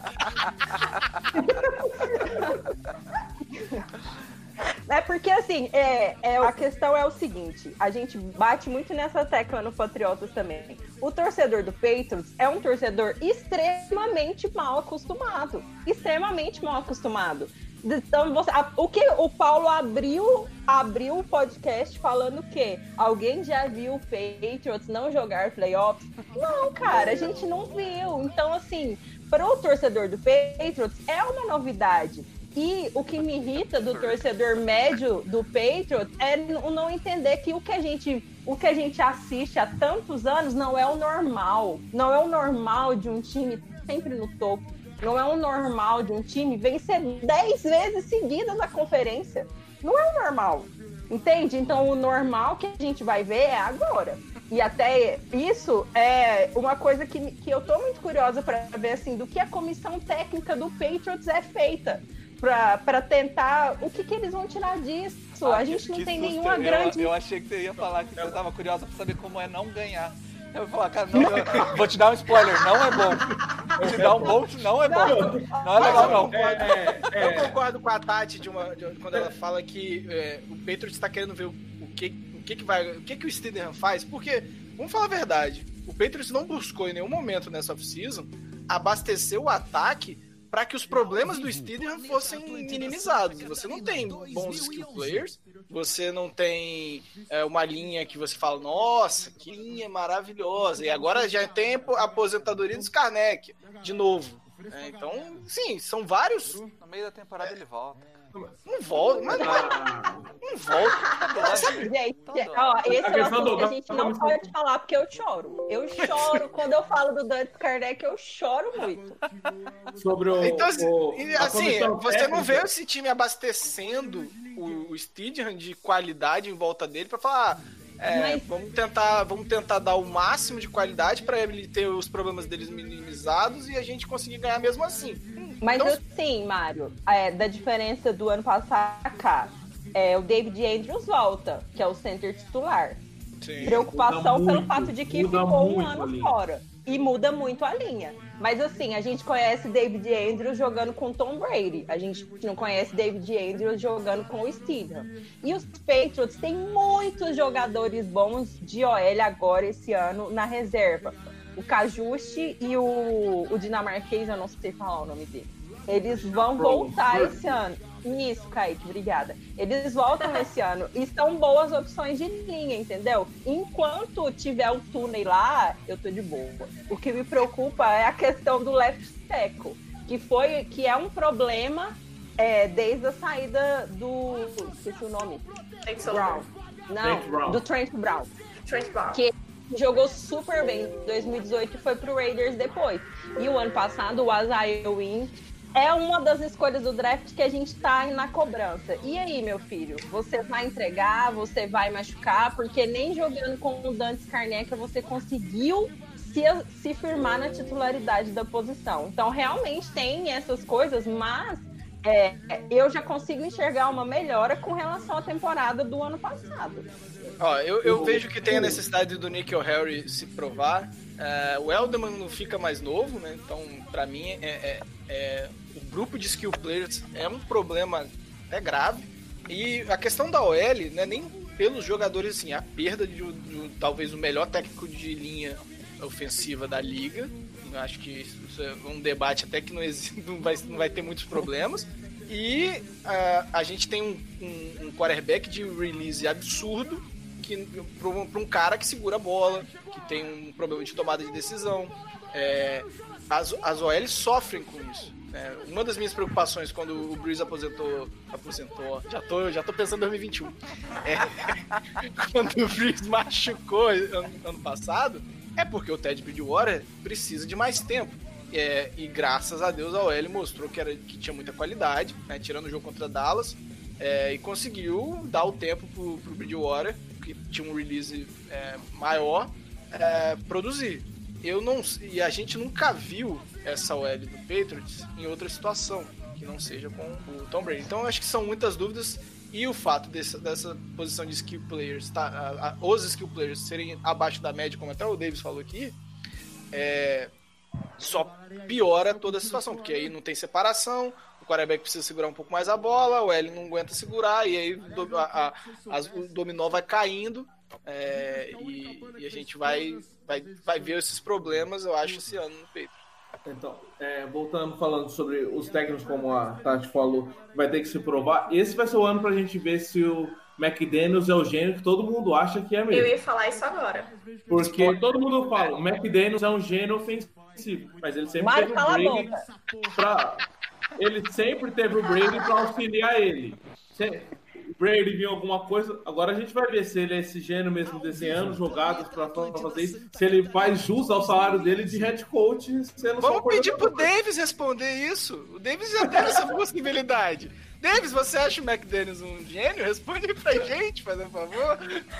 É porque, assim, é, é, a questão é o seguinte, a gente bate muito nessa tecla no Patriotas também. O torcedor do Patriots é um torcedor extremamente mal acostumado. Extremamente mal acostumado. Então, você, a, o que o Paulo abriu, abriu o podcast falando que alguém já viu o Patriots não jogar playoffs? Não, cara, a gente não viu. Então, assim, para o torcedor do Patriots é uma novidade. E o que me irrita do torcedor médio do Patriots é o não entender que o que a gente, o que a gente assiste há tantos anos não é o normal. Não é o normal de um time sempre no topo. Não é o normal de um time vencer dez vezes seguidas na conferência. Não é o normal. Entende? Então o normal que a gente vai ver é agora. E até isso é uma coisa que, que eu tô muito curiosa para ver assim, do que a comissão técnica do Patriots é feita. Para tentar o que, que eles vão tirar disso. isso. Ah, a que- gente não que tem susto. nenhuma eu, grande... Eu achei que você ia falar que você tava curiosa pra saber como é não ganhar. Eu vou falar, cara, não, eu vou te dar um spoiler, não é bom. Vou te dar um bom, não é bom. Não é legal, não. É, é, Eu concordo com a Tati de uma, de- quando ela fala que é, o Patriots está querendo ver o, o que o que que vai, o que que o Steedham faz, porque vamos falar a verdade, o Patriots não buscou em nenhum momento nessa off-season abastecer o ataque para que os problemas do Steedham fossem minimizados. Você não tem bons skill players, você não tem é, uma linha que você fala, nossa, que linha maravilhosa, e agora já tem a aposentadoria do Skarnek, de novo. É, então, sim, são vários. No meio da temporada ele volta. Não volta, mas não, não volta. Gente, ó, esse é A um questão assunto do- que a gente não pode falar, porque eu choro. Eu choro. Quando eu falo do Dante Skarnek, eu choro muito. sobre o. Então, assim, o- e, a assim, comissão você não vê técnica. esse time abastecendo o, o Steedham de qualidade em volta dele pra falar, ah, é, Mas- vamos tentar, vamos tentar dar o máximo de qualidade pra ele ter os problemas deles minimizados e a gente conseguir ganhar mesmo assim. Mas Então- assim, Mário, é, da diferença do ano passado pra cá, é, o David Andrews volta, que é o center titular. Sim. Preocupação Muda pelo muito, fato de que muda ficou um muito ano a linha. fora. E muda muito a linha. Mas assim, a gente conhece David Andrews jogando com Tom Brady. A gente não conhece David Andrews jogando com o Steedham. E os Patriots têm muitos jogadores bons de O L agora esse ano na reserva. O Cajuste e o, o dinamarquês, eu não sei falar o nome dele. Eles vão voltar esse ano. Isso, Kaique, obrigada. Eles voltam esse ano e são boas opções de linha, entendeu? Enquanto tiver um túnel lá, eu tô de boa. O que me preocupa é a questão do left tackle, que, foi, que é um problema é, desde a saída do... esqueci o nome. Trent Brown. Não, Trent Brown. do Trent Brown. Trent Brown. Que jogou super bem em dois mil e dezoito e foi pro Raiders depois. E o ano passado, o Isaiah Wynn é uma das escolhas do draft que a gente tá na cobrança. E aí, meu filho? Você vai entregar? Você vai machucar? Porque nem jogando com o Dante Skarnek você conseguiu se, se firmar na titularidade da posição. Então, realmente tem essas coisas, mas é, eu já consigo enxergar uma melhora com relação à temporada do ano passado. Ó, eu, eu vejo que tem a necessidade do Nikhil Harry se provar. É, o Elderman não fica mais novo, né? Então, pra mim, é, é, é, o grupo de skill players é um problema até grave. E a questão da O L, né, nem pelos jogadores, assim, a perda de, de talvez o melhor técnico de linha ofensiva da liga. Eu acho que isso é um debate até que não, existe, não, vai, não vai ter muitos problemas. E uh, a gente tem um, um, um quarterback de release absurdo para um, um cara que segura a bola, que tem um problema de tomada de decisão. É, as, as O Ls sofrem com isso. É, uma das minhas preocupações quando o Breeze aposentou, aposentou, já tô, já tô pensando em dois mil e vinte e um, é, quando o Breeze machucou ano, ano passado, é porque o Ted Bridgewater precisa de mais tempo. É, e graças a Deus a O L mostrou que, era, que tinha muita qualidade, né, tirando o jogo contra Dallas, é, e conseguiu dar o tempo pro, pro Bridgewater, que tinha um release é, maior, é, produzir. Eu não, e a gente nunca viu essa O L do Patriots em outra situação, que não seja com o Tom Brady. Então eu acho que são muitas dúvidas, e o fato dessa, dessa posição de skill players, tá, a, a, os skill players serem abaixo da média, como até o Davis falou aqui, é, só piora toda a situação, porque aí não tem separação, o quarterback precisa segurar um pouco mais a bola, o L não aguenta segurar, e aí a, a, a, o dominó vai caindo, é, e, e a gente vai, vai, vai ver esses problemas, eu acho, esse ano no peito. Então, é, voltando falando sobre os técnicos, como a Tati falou, vai ter que se provar. Esse vai ser o ano pra gente ver se o McDaniels é o gênio que todo mundo acha que é mesmo. Eu ia falar isso agora. Porque todo mundo fala, o McDaniels é um gênio ofensivo, mas ele sempre Mário, teve o cala a Brady boca. pra... Ele sempre teve o Brady pra auxiliar ele. Se o Brady viu alguma coisa, agora a gente vai ver se ele é esse gênio mesmo desenhando jogadas pra fazer isso, se ele faz jus ao salário dele de head coach, sendo só Vamos pedir pro coordenador. Davis responder isso. O Davis já teve essa possibilidade. Davis, você acha o McDaniels um gênio? Responde aí pra gente, faz um favor.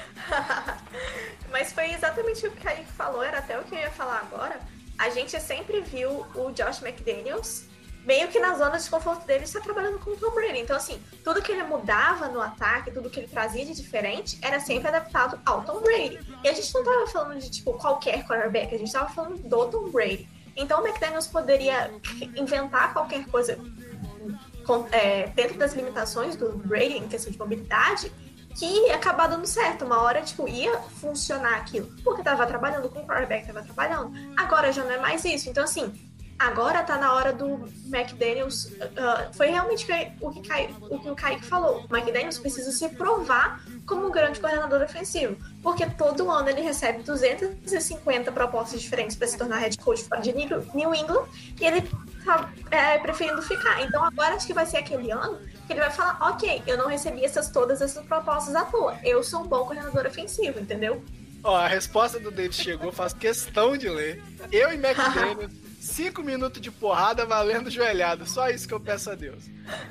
Mas foi exatamente o que o Kaique falou, era até o que eu ia falar agora. A gente sempre viu o Josh McDaniels meio que na zona de conforto dele está trabalhando com o Tom Brady. Então, assim, tudo que ele mudava no ataque, tudo que ele trazia de diferente, era sempre adaptado ao Tom Brady. E a gente não tava falando de, tipo, qualquer quarterback, a gente tava falando do Tom Brady. Então, o McDaniels poderia inventar qualquer coisa com, é, dentro das limitações do Brady em questão de mobilidade, que ia acabar dando certo. Uma hora, tipo, ia funcionar aquilo. Porque tava trabalhando com o quarterback, tava trabalhando. Agora já não é mais isso. Então, assim, agora tá na hora do McDaniels. Uh, foi realmente o que, Kai, o que o Kaique falou. O McDaniels precisa se provar como um grande coordenador defensivo. Porque todo ano ele recebe duzentas e cinquenta propostas diferentes para se tornar head coach fora de New England. E ele tá é, preferindo ficar. Então agora acho que vai ser aquele ano que ele vai falar, ok, eu não recebi essas, todas essas propostas à toa. Eu sou um bom coordenador ofensivo, entendeu? Ó, a resposta do David chegou, faço questão de ler. Eu e McDaniels, cinco minutos de porrada valendo joelhada. Só isso que eu peço a Deus.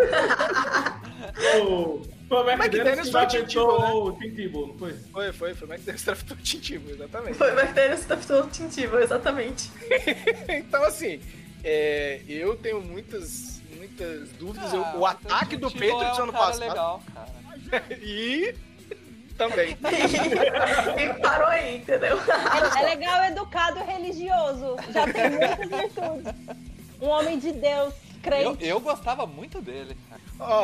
o o McDaniels foi o Tim Tebow, o Tim Tebow, não foi? Foi, foi. Foi o McDaniels que draftou o Tim Tebow, exatamente. Foi o McDaniels que draftou o Tim Tebow, exatamente. Então, assim, é, eu tenho muitas... muitas dúvidas. Ah, o ataque do Patriots é um ano cara passado. Legal, cara. E também. E parou aí, entendeu? É legal, educado e religioso. Já tem muitas virtudes. Um homem de Deus, Eu, crente. eu gostava muito dele. Ó,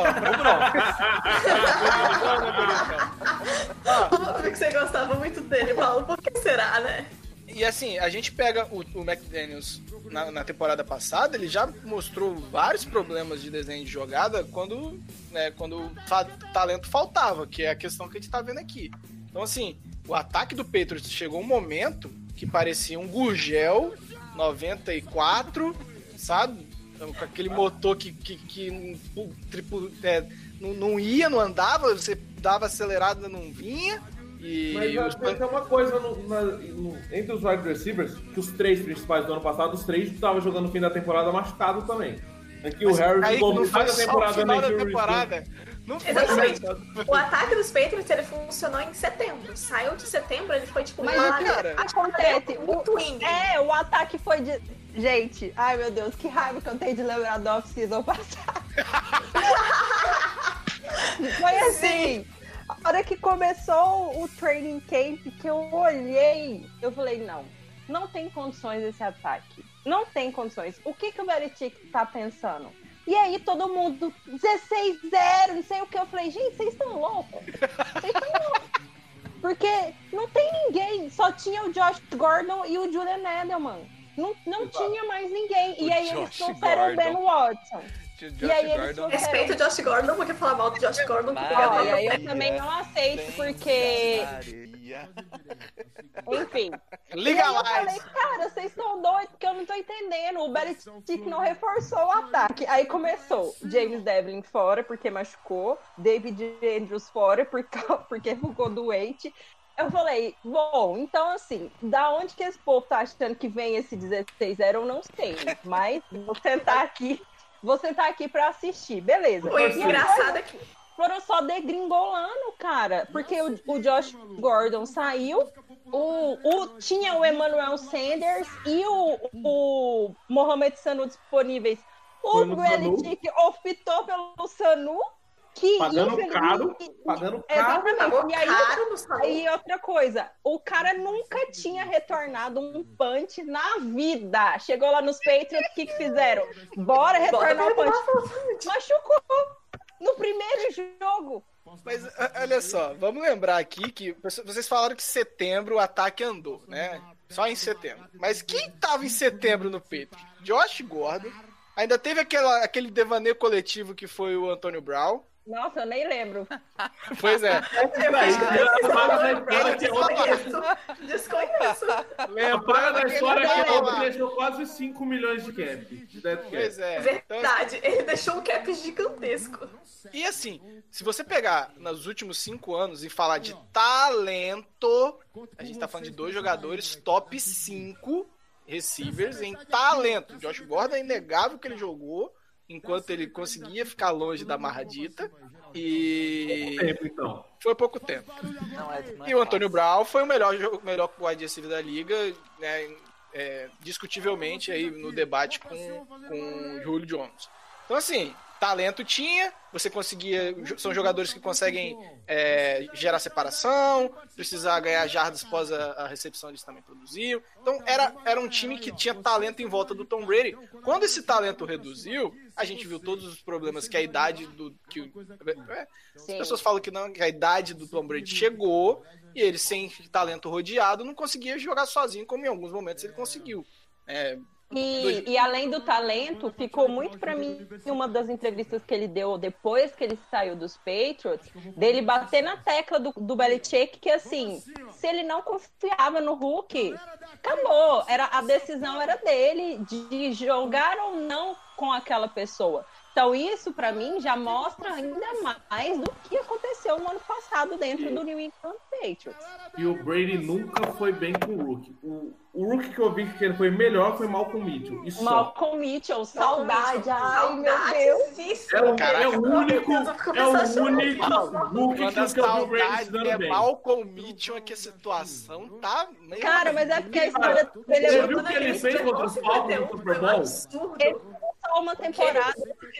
Óbvio que você gostava muito dele, Paulo. Por que será, né? E assim, a gente pega o, o McDaniels na, na temporada passada, ele já mostrou vários problemas de desenho de jogada quando, né, quando o talento faltava, que é a questão que a gente tá vendo aqui. Então, assim, o ataque do Patriots chegou um momento que parecia um Gurgel noventa e quatro, sabe? Então, com aquele motor que, que, que triplo, é, não, não ia, não andava, você dava acelerada, não vinha. E Mas os... tem uma coisa no, na, no, entre os wide receivers, que os três principais do ano passado, os três estavam jogando no fim da temporada machucado também. Aqui o Harry aí, jogou não no fim da temporada, final da nem temporada. Não foi Exatamente. O ataque dos Patriots, ele funcionou em setembro. Saiu de setembro, ele foi tipo... Mas uma- cara, acontece. muito O, índio. é, o ataque foi de... Gente, ai meu Deus, que raiva que eu tenho de lembrar do off-season passado. Foi assim... A hora que começou o training camp, que eu olhei, eu falei, não, não tem condições esse ataque. Não tem condições. O que, que o Belichick tá pensando? E aí todo mundo, dezesseis a zero, não sei o que. Eu falei, gente, vocês estão loucos? Vocês estão loucos. Porque não tem ninguém. Só tinha o Josh Gordon e o Julian Edelman. Não, não tinha mais ninguém. O E aí Josh eles trouxeram o Ben Gordon. Watson. Josh E aí eles Gordon. trouxeram... Respeito o Josh Gordon, porque falar mal do Josh Gordon... que Maria. Olha, pega- eu também não aceito, porque... Maria. Enfim. Liga E aí eu mais. falei, cara, vocês estão doidos, porque eu não tô entendendo. O Belichick não reforçou o ataque. Aí começou. James Devlin fora, porque machucou. David Andrews fora, porque, porque ficou doente. Eu falei, bom, então assim, da onde que esse povo tá achando que vem esse dezesseis a zero, eu não sei. Mas vou sentar aqui, vou sentar aqui pra assistir. Beleza. O E aí, engraçado é que... foram só degringolando, cara. Porque o, o Josh Gordon saiu, o, o, tinha o Emmanuel Sanders e o, o Mohamed Sanu disponíveis. O Foi no Belichick optou pelo Sanu, que Pagando infelizmente- caro, pagando caro. Exatamente. Pagou E aí, caro no salão. aí outra coisa, o cara nunca tinha retornado um punch na vida. Chegou lá nos Patriots, o que que fizeram? Bora retornar o punch. Machucou no primeiro jogo. Mas a- olha só, vamos lembrar aqui que vocês falaram que setembro o ataque andou, né? Só em setembro. Mas quem tava em setembro no Patriots? Josh Gordon. Ainda teve aquela, aquele devaneio coletivo que foi o Antônio Brown. Nossa, eu nem lembro. Pois é. Desconheço. Desconheço. A praga Lembrando da aquele história é que cara ele lá. deixou quase cinco milhões de cap. De dead cap. Pois é. Então, Verdade, ele deixou um cap gigantesco. e assim, se você pegar nos últimos cinco anos e falar de talento, a gente tá falando de dois jogadores top cinco receivers em talento. Josh Gordon é inegável que ele jogou enquanto ele conseguia ficar longe da marradita. E Tempo, então. foi pouco tempo. Não é, não é E o Antônio fácil. Brown foi o melhor, jo- melhor wide receiver da liga, né, é, discutivelmente aí no debate com, com o Julio Jones. Então, assim, talento tinha, você conseguia, são jogadores que conseguem é, gerar separação, precisar ganhar jardas após a, a recepção, eles também produziam. Então era, era um time que tinha talento em volta do Tom Brady. Quando esse talento reduziu, a gente viu todos os problemas que a idade do... Que, é, as pessoas falam que não, que a idade do Tom Brady chegou e ele, sem talento rodeado, não conseguia jogar sozinho, como em alguns momentos ele conseguiu. É, E, e além do talento, ficou muito pra mim uma das entrevistas que ele deu depois que ele saiu dos Patriots, dele bater na tecla do, do Belichick, que assim, se ele não confiava no Hulk, acabou. Era, a decisão era dele de jogar ou não com aquela pessoa. Então isso, pra mim, já mostra ainda mais do que aconteceu no ano passado dentro do New England Patriots. E o Brady nunca foi bem com o Rookie. O, o Rookie que eu vi que ele foi melhor foi Malcolm Mitchell. E só. Malcolm Mitchell, saudade. Ai, Saudade, meu Deus. Sim, É o, Caraca, é o único, é o único Rookie quando que a eu vi o Brady se saudade dando é bem. Malcolm Mitchell, é que a situação tá meio... Cara, mas é porque a história dele é Você muito viu o que ele fez contra os Falcons no Super Bowl? Ele só uma temporada.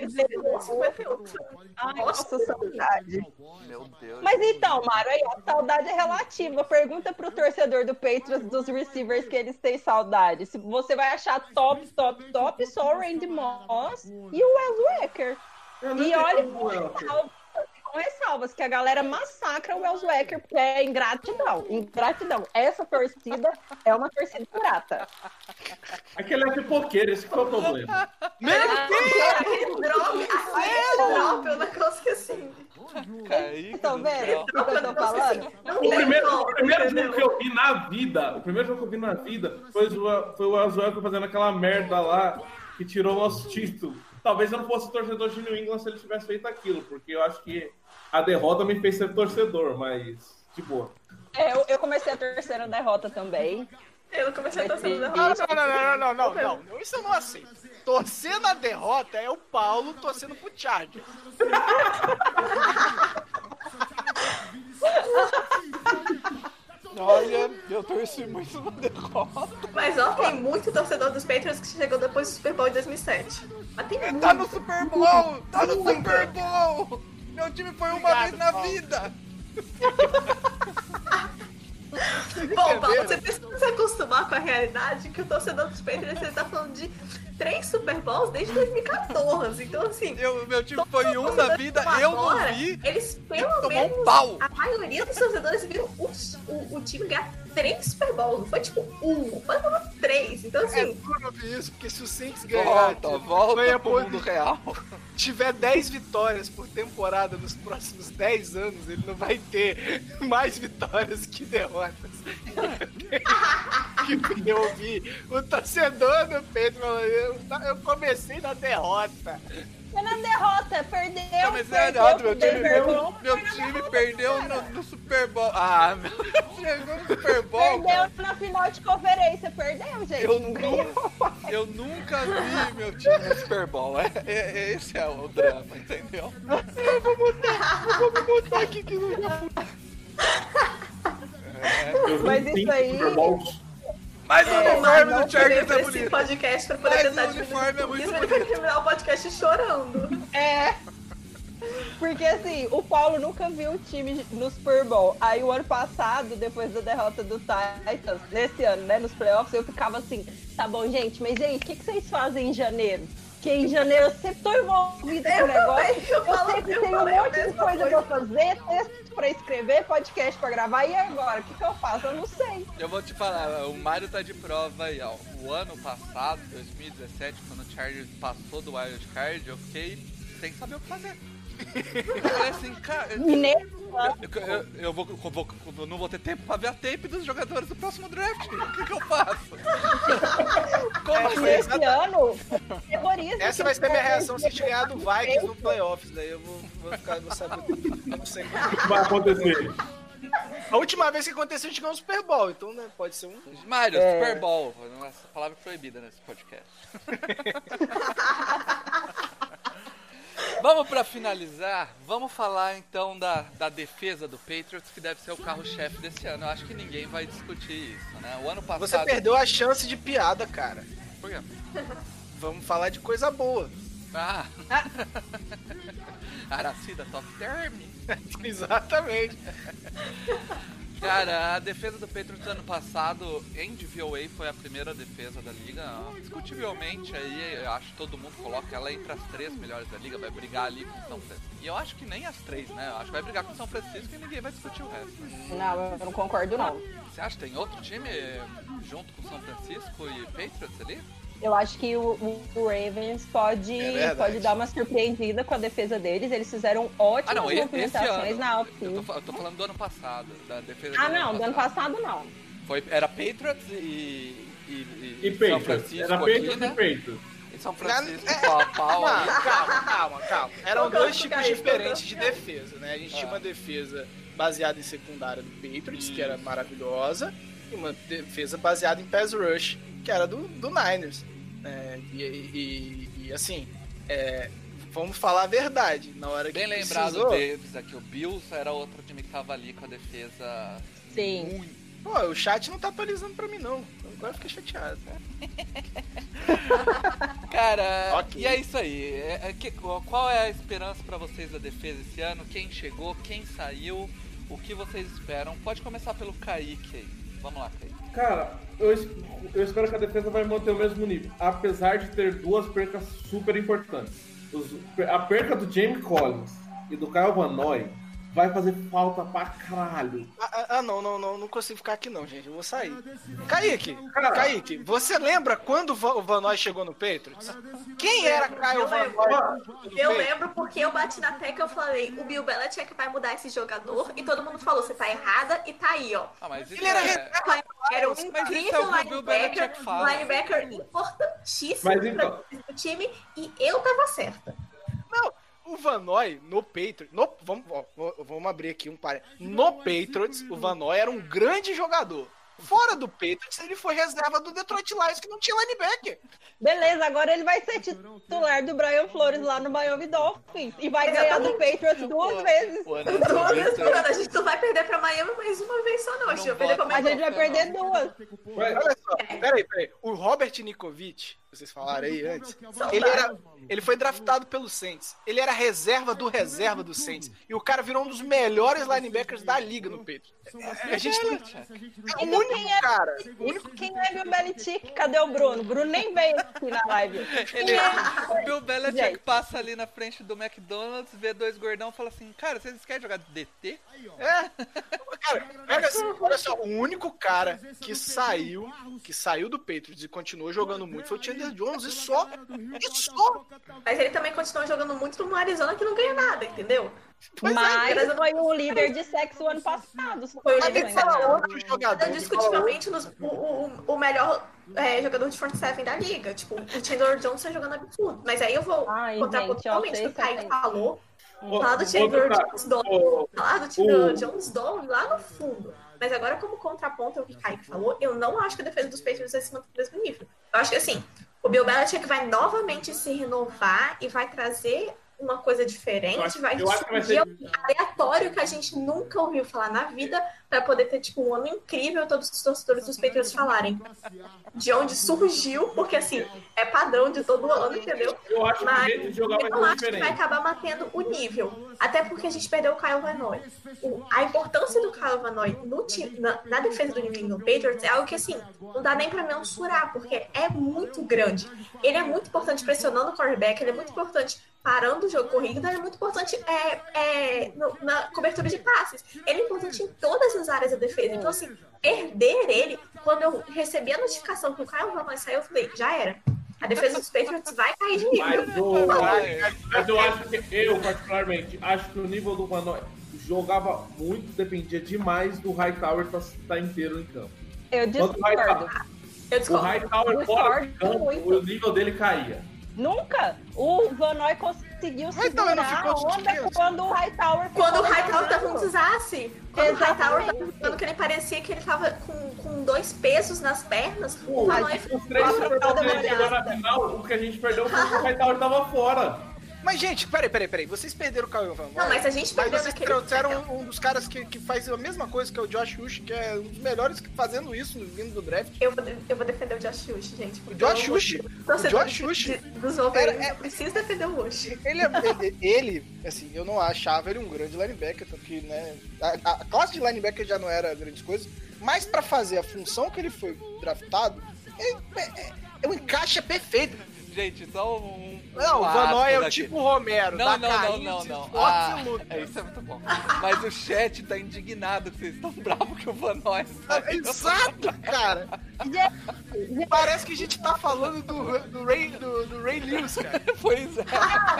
Ai, nossa, saudade. Meu Deus. Mas então, Mário, aí a saudade é relativa. Pergunta pro torcedor do Patriots dos receivers que eles têm saudade. Se você vai achar top, top, top, só o Randy Moss e o Wes Welker. E olha com ressalvas, com ressalvas, que a galera massacra o Wes Welker, porque é ingratidão. Ingratidão. Essa torcida é uma torcida ingrata. Aquele é pipoqueiro, esse que é o problema. Meu Deus! Aquele drop, aquele drop, eu não consegui assim. Kaique Estão do vendo céu. o que eu tô falando? Não O tem primeiro, como, o primeiro entendeu? jogo que eu vi na vida, o primeiro jogo que eu vi na vida foi, o- foi o Azuelco fazendo aquela merda lá que tirou o nosso título. Talvez eu não fosse torcedor de New England se ele tivesse feito aquilo, porque eu acho que a derrota me fez ser torcedor, mas de boa. É, eu, eu comecei a torcer na derrota também. Eu comecei a torcer no Não, derrota. não, não, não, não, não, não, isso eu não aceito. Torcer na derrota é o Paulo torcendo pro Chargers. Olha, eu torci muito na derrota. Mas ó, tem muito torcedor dos Patriots que chegou depois do Super Bowl de dois mil e sete. Mas tem muito. Tá no Super Bowl! Tá no Super Bowl! Meu time foi uma Obrigado, vez na Paulo. vida! Bom, Paulo, você precisa se acostumar com a realidade que o torcedor dos Patriots ele tá falando de três Super Bowls desde dois mil e catorze. Então, assim. Eu, meu time todos foi os um na torcedores vida, que estão eu não agora, vi. Eles, pelo Tomou um menos, pau. a maioria dos torcedores viram o, o, o time ganhar três Super Bowls. Não foi tipo um, foi como três. Então, É assim. duro ouvir isso, porque se o Saints ganhar, Volta, tipo, volta ganha pro por- mundo real. tiver dez vitórias por temporada nos próximos dez anos, ele não vai ter mais vitórias que derrotas. Que eu ouvi o torcedor do Pedro falando, eu, eu comecei na derrota. É na derrota, perdeu. Não, mas é perdeu errado, meu pro time, Denver meu, Broncos, meu foi na time derrota, perdeu cara. no, no Super Bowl. Ah, meu, chegou no Super Bowl, cara. Perdeu na final de conferência, perdeu, gente. Eu, Não ganhou. nu- eu nunca vi meu time no Super Bowl. É, é- é- esse é o drama, entendeu? Eu vou botar, eu vou botar aqui que não Eu vi Mas isso cinco aí- Super Bowls. Mas o O uniforme Mário do não Chargers veio é pra esse bonito. podcast pra poder Mas tentar o uniforme é diminuir muito isso, ele vai bonito. terminar o podcast chorando. É. Porque assim, o Paulo nunca viu o time no Super Bowl. Aí o ano passado, depois da derrota do Titans, nesse ano, né, nos playoffs, eu ficava assim, tá bom, gente, mas gente, o que, que vocês fazem em janeiro? Porque em janeiro eu sempre tô envolvida com o Eu negócio. também, eu Eu falo- sempre eu tenho um falei a monte de mesma coisa coisa. pra fazer, texto pra escrever, podcast pra gravar. E agora? O que, que eu faço? Eu não sei. Eu vou te falar, o Mário tá de prova aí, ó. O ano passado, dois mil e dezessete, quando o Chargers passou do Wild Card, eu fiquei sem saber o que fazer. Eu falei assim, cara. E nesse Eu, eu, eu vou, eu vou- eu não vou ter tempo pra ver a tape dos jogadores do próximo draft. O que, que eu faço? Como assim? nesse ano, terrorista. Essa vai ser minha reação se a gente ganhar do Vikings no playoffs. Daí eu vou, vou ficar, não sabe, eu não sei. O que vai acontecer? A última vez que aconteceu, a gente ganhou um Super Bowl, então né, pode ser um. Mário, É. Super Bowl. Essa palavra é proibida nesse podcast. Vamos pra finalizar, vamos falar então da, da defesa do Patriots, que deve ser o carro-chefe desse ano. Eu acho que ninguém vai discutir isso, né? O ano passado... Você perdeu a chance de piada, cara. Por quê? Vamos falar de coisa boa. Ah! Aracida Top Term. Exatamente. Cara, a defesa do Patriots ano passado em D V O A foi a primeira defesa da liga. Discutivelmente aí, eu acho que todo mundo coloca ela entre as três melhores da liga, vai brigar ali com São Francisco. E eu acho que nem as três, né? Eu acho que vai brigar com São Francisco e ninguém vai discutir o resto. Não, eu não concordo não. Você acha que tem outro time junto com São Francisco e Patriots ali? Eu acho que o, o Ravens pode, É pode dar uma surpreendida com a defesa deles. Eles fizeram ótimas Ah, não, esse movimentações ano. na Eu off-season. tô, eu tô falando do ano passado, da defesa Ah, do não, ano do ano passado. passado não. Foi, era Patriots e, e, e, E São Patriots. Francisco Era aqui, Patriots né? e Patriots. E São Na- Francisco, é- pau a pau. Não, aí. calma, calma, calma. Eram Eu dois gosto tipos de cair, diferentes eu de gosto de defesa, né? A gente Ah. tinha uma defesa baseada em secundária do Patriots, que era maravilhosa, e uma defesa baseada em pass rush, que era do, do Niners. É, e, e- e, assim, é, vamos falar a verdade. Na hora que Bem lembrado precisou, deles aqui, o Bills era outro time que tava ali com a defesa Sim. muito... Pô, o chat não tá atualizando pra mim, não. Agora eu fiquei chateado. Cara, Ok. e é isso aí. É- é que- qual é a esperança pra vocês da defesa esse ano? Quem chegou, quem saiu, o que vocês esperam? Pode começar pelo Kaique aí. Vamos lá, Kaique. Cara, eu, es- eu espero que a defesa vai manter o mesmo nível, apesar de ter duas percas super importantes. Os- a perca do Jamie Collins e do Kyle Van Noy vai fazer falta pra caralho. Ah, ah, ah, não, não, não, não consigo ficar aqui não, gente. Eu vou sair. Kaique, Cara. Kaique, você lembra quando o Va- o Van Noy chegou no Patriots? Quem era Kyle Eu Van lembro. Noy? no Eu Patriots? lembro porque eu bati na tecla e eu falei, o Bill Belichick vai mudar esse jogador, e todo mundo falou, você tá errada, e tá aí, ó. Ah, mas isso Ele era é... reserva. Era um Mas isso é incrível o que o Bill linebacker, Belichick fala. linebacker importantíssimo Mas então- para o time, e eu tava certa. Não, o Van Noy no Patriots, no, vamos, ó, ó, vamos abrir aqui um par. No Patriots, o Van Noy era um grande jogador. Fora do Patriots, ele foi reserva do Detroit Lions, que não tinha linebacker. Beleza, agora ele vai ser titular do Brian Flores lá no Miami Dolphins. E vai ganhar do Patriots duas vezes. O Duas vezes Anderson por ano. A gente não vai perder pra Miami mais uma vez só, não. A gente vai perder pra A Miami. gente vai perder duas. Vai- Olha só, peraí, peraí. O Robert Nikovich, vocês falaram aí antes, ele, era, ele foi draftado pelo Saints. Ele era reserva do reserva do Saints. E o cara virou um dos melhores linebackers da liga no Patriots. A gente tem... É o único cara. O único Quem é Bill Belichick? Cadê o Bruno? O Bruno nem veio aqui na live. Ele, o Bill Belichick Gente. passa ali na frente do McDonald's, vê dois gordão e fala assim, cara, vocês querem jogar D T? É. Cara, pega assim, olha só, o único cara que saiu, que saiu do Patriots e continuou jogando muito foi o Chandler Jones e só. E só. Mas ele também continuou jogando muito no Arizona, que não ganha nada, entendeu? Pois é, Mas foi o líder de sexo o ano passado. Foi o se Mas tem não que estou falar enganado. outro jogador. Nada discutivelmente nos, o, o, o melhor é, jogador de front seven da liga. Tipo, o Chandler Jones tá jogando absurdo. Mas aí eu vou Ai, contar gente, totalmente eu o sei que o Kaique também. falou. Ô, Falar do ô, Chandler Duda, Jones Dome. ô, Falar do Chandler ô. Jones Dome lá no fundo. Mas agora, como contraponto ao que o Kaique falou, eu não acho que a defesa dos Patriots vai se manter no mesmo nível. Eu acho que assim, o Bill Belichick vai novamente se renovar e vai trazer uma coisa diferente, Eu acho- vai eu acho que vai surgir ser- algo aleatório que a gente nunca ouviu falar na vida, para poder ter tipo um ano incrível, todos os torcedores dos Patriots falarem de onde surgiu, porque assim, é padrão de todo ano, entendeu? Eu acho que o Mas jeito de jogar eu vai não ser acho que vai diferente. acabar mantendo o nível. Até porque a gente perdeu o Kyle Van Noy. O- a importância do Kyle Van Noy no time, na, na defesa do New England Patriots é algo que, assim, não dá nem pra mensurar, porque é muito grande. Ele é muito importante pressionando o quarterback, ele é muito importante parando o jogo corrido, ele é muito importante é, é, no- na cobertura de passes. Ele é importante em todas as áreas da defesa. Então, assim, perder ele, quando eu recebi a notificação que o Kyle Van Noy saiu, eu falei, já era. A defesa dos Patriots vai cair de nível. Mas, o- mas eu acho que, eu particularmente, acho que o nível do Van Noy jogava muito, dependia demais do Hightower estar tá inteiro em campo. Eu Quando o discordo. Hightower, Eu o discordo. Hightower fora de Discordo campo, muito. o nível dele caía. Nunca. O Van Noy conseguiu Hightower não segurar ficou a onda suspenso? quando o Hightower ficou Quando o Hightower lesionado. tava um desastre. Quando Exatamente. o Hightower tava jogando, que ele parecia que ele tava com, com dois pesos nas pernas. O Van Noy Os três Ó, Super pra Bowl dar que uma a gente perdeu na olhada. final, o que a gente perdeu foi porque o Hightower tava fora. Mas, gente, peraí, peraí, peraí. Vocês perderam o Kyle Van Noy. Não, mas a gente Mas perdeu vocês naquele... trouxeram um, um dos caras que, que faz a mesma coisa que é o Josh Ush, que é um dos melhores fazendo isso vindo do draft. Eu vou, eu vou defender o Josh Ush, gente. O Josh Ush, o Josh Ush dos Wolverines, é, eu preciso defender o Ush. Ele, ele, ele, assim, eu não achava ele um grande linebacker, porque, né, a, a classe de linebacker já não era grandes coisas, mas pra fazer a função que ele foi draftado, é, é, é um encaixe perfeito. Gente, só um... Não, um o Van Noy é o aqui. tipo Romero, Não, da não, não, carinha, não, de não. esporte Ah, e luta. é, isso é muito bom. Mas o chat tá indignado que vocês estão bravos que o Van Noy saiu. Exato, cara. Parece que a gente tá falando do, do, Ray, do, do Ray Lewis, cara. Pois é.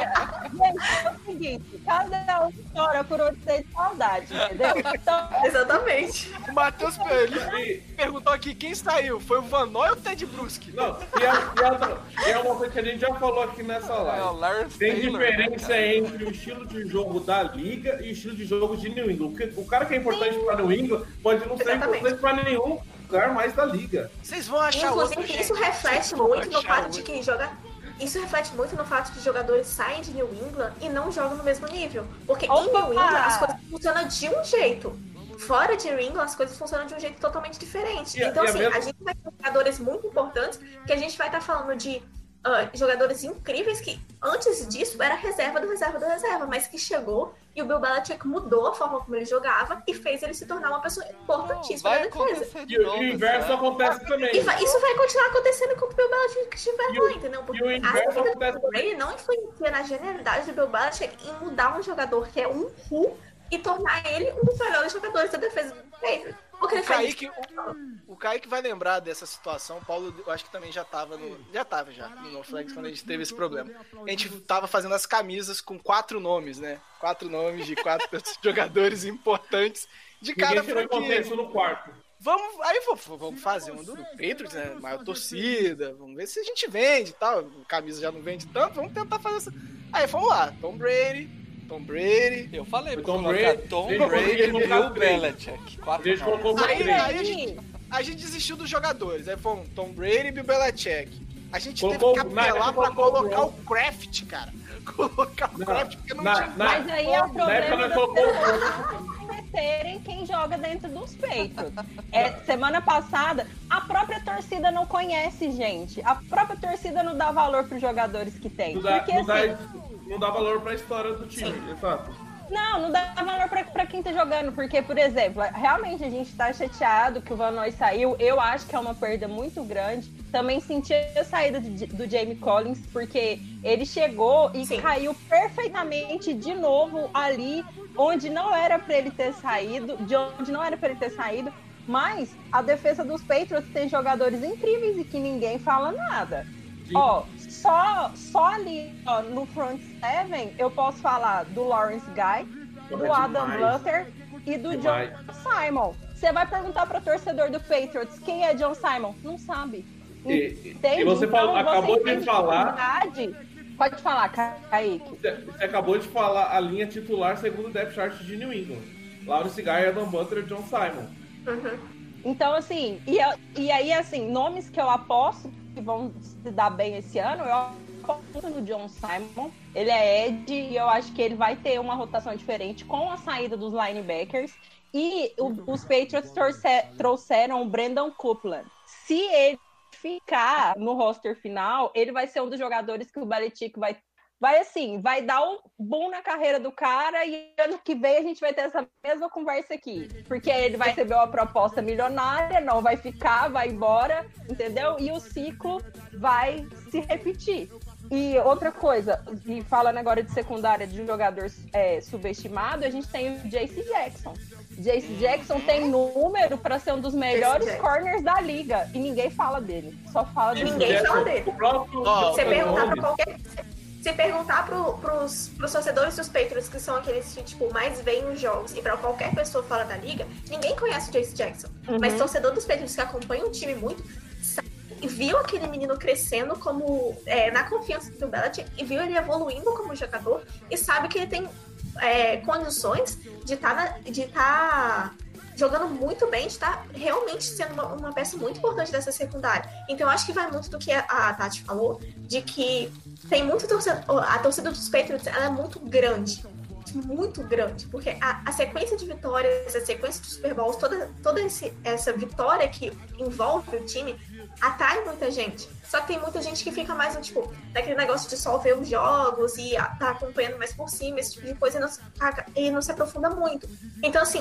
Gente, é o seguinte, cada um chora por onde tem saudade, entendeu? Então, Exatamente. O Matheus ele perguntou aqui quem saiu. Foi o Van Noy ou o Ted Bruschi? Não, e, a, e, a, e é uma coisa que a gente já falou aqui nessa É o live. Lars Tem Taylor, diferença né, entre o estilo de jogo da liga e o estilo de jogo de New England. Porque o cara que é importante para New England pode não ser Exatamente. importante para nenhum lugar mais da liga. Vocês vão achar outro, Inclusive, isso gente. reflete Vocês vão muito no achar fato outro. de que joga... Isso reflete muito no fato de jogadores saem de New England e não jogam no mesmo nível. Porque Opa! em New England as coisas funcionam de um jeito. Fora de New England as coisas funcionam de um jeito totalmente diferente. E a- então, e a assim, mesma- a gente vai ter jogadores muito importantes que a gente vai estar falando de ah, jogadores incríveis que antes disso era reserva do reserva do reserva, mas que chegou e o Bill Belichick mudou a forma como ele jogava e fez ele se tornar uma pessoa importantíssima vai na defesa. acontecer de E, o- novo. e o inverso sabe? acontece também. E vai- isso vai continuar acontecendo com o Bill Belichick estiver E o- lá, entendeu? Porque e o a inverso saída acontece do Brady não influencia na genialidade do Bill Belichick em mudar um jogador que é um Who e tornar ele um dos melhores jogadores da defesa do Patriots. Porque ele O faz Kaique, o, o Kaique vai lembrar dessa situação. O Paulo, eu acho que também já tava no. Já tava já no No Flags quando a gente teve esse problema. A gente tava fazendo as camisas com quatro nomes, né? Quatro nomes de quatro jogadores importantes de cada Ninguém tirou franquia. consenso no quarto. Vamos, aí v- vamos fazer um do Patriots, né? Maior torcida, vamos ver se a gente vende e tal. A camisa já não vende tanto, vamos tentar fazer essa. Aí vamos lá, Tom Brady, Tom Brady. Eu falei pra Tom colocar Brady, Tom deixa eu Brady colocar e Bill três. Belichick. A Quatro gente nomes. colocou Aí, três. aí a, gente, a gente desistiu dos jogadores. Aí fomos Tom Brady e Bill Belichick. A gente Colocou- teve que na apelar época pra colocou colocar o o Kraft, cara. Colocar o Na- Kraft, porque não na- tinha. na- mas aí é o Na época problema nós das colocou pessoas conhecerem quem joga dentro dos peitos. É, semana passada, a própria torcida não conhece, gente. A própria torcida não dá valor pros jogadores que tem. Não dá, Porque não, dá, assim, não dá valor pra história do time, exato. não, não dá valor pra, pra quem tá jogando, porque, por exemplo, realmente a gente tá chateado que o Van Noy saiu, eu acho que é uma perda muito grande. Também senti a saída de- do Jamie Collins, porque ele chegou e Sim. caiu perfeitamente de novo ali, onde não era pra ele ter saído, de onde não era pra ele ter saído, mas a defesa dos Patriots tem jogadores incríveis e que ninguém fala nada. Sim. Ó, só, só ali ó, no front seven eu posso falar do Lawrence Guy, do É Adam demais. Butler e do Demais. John Simon. Você vai perguntar para o torcedor do Patriots quem é John Simon? Não sabe. E, Entende? e você falou, Então, acabou você de tem falar. dificuldade. Pode falar, Kaique. Você você acabou de falar a linha titular segundo o depth chart de New England. Lawrence Guy, Adam Butler e John Simon. Então, assim, e, eu- e aí, assim, nomes que eu aposto que vão se dar bem esse ano, eu aposto no John Simon. Ele é Ed e eu acho que ele vai ter uma rotação diferente com a saída dos linebackers. E o- os Patriots torce- trouxeram o Brandon Copeland. Se ele ficar no roster final, ele vai ser um dos jogadores que o Belichick vai vai assim, vai dar um boom na carreira do cara e ano que vem a gente vai ter essa mesma conversa aqui. Porque ele vai receber uma proposta milionária, não vai ficar, vai embora, entendeu? E o ciclo vai se repetir. E outra coisa, e falando agora de secundária de jogador é, subestimado, a gente tem o J C Jackson. J C Jackson tem número para ser um dos melhores Jackson. corners da liga e ninguém fala dele, só fala do Ninguém Jackson, fala dele. O próprio Ó, Você John perguntar pra Jones, qualquer. Se perguntar pro, pros, pros torcedores dos Patriots, que são aqueles que tipo, mais veem os jogos, e pra qualquer pessoa fora da liga, ninguém conhece o J C Jackson. Uhum. Mas torcedor dos Patriots que acompanha o time muito, sabe, e viu aquele menino crescendo como é, na confiança do Belichick, e viu ele evoluindo como jogador, e sabe que ele tem é, condições de estar de tá jogando muito bem, está realmente sendo uma, uma peça muito importante dessa secundária. Então eu acho que vai muito do que a, a Tati falou, de que tem muito torcedor, a torcida dos Patriots, ela é muito grande, muito grande, porque a, a sequência de vitórias, a sequência de Super Bowls, toda, toda esse, essa vitória que envolve o time, atrai muita gente. Só que tem muita gente que fica mais, tipo, naquele negócio de só ver os jogos e tá acompanhando mais por cima, esse tipo de coisa, e não, e não se aprofunda muito. Então, assim,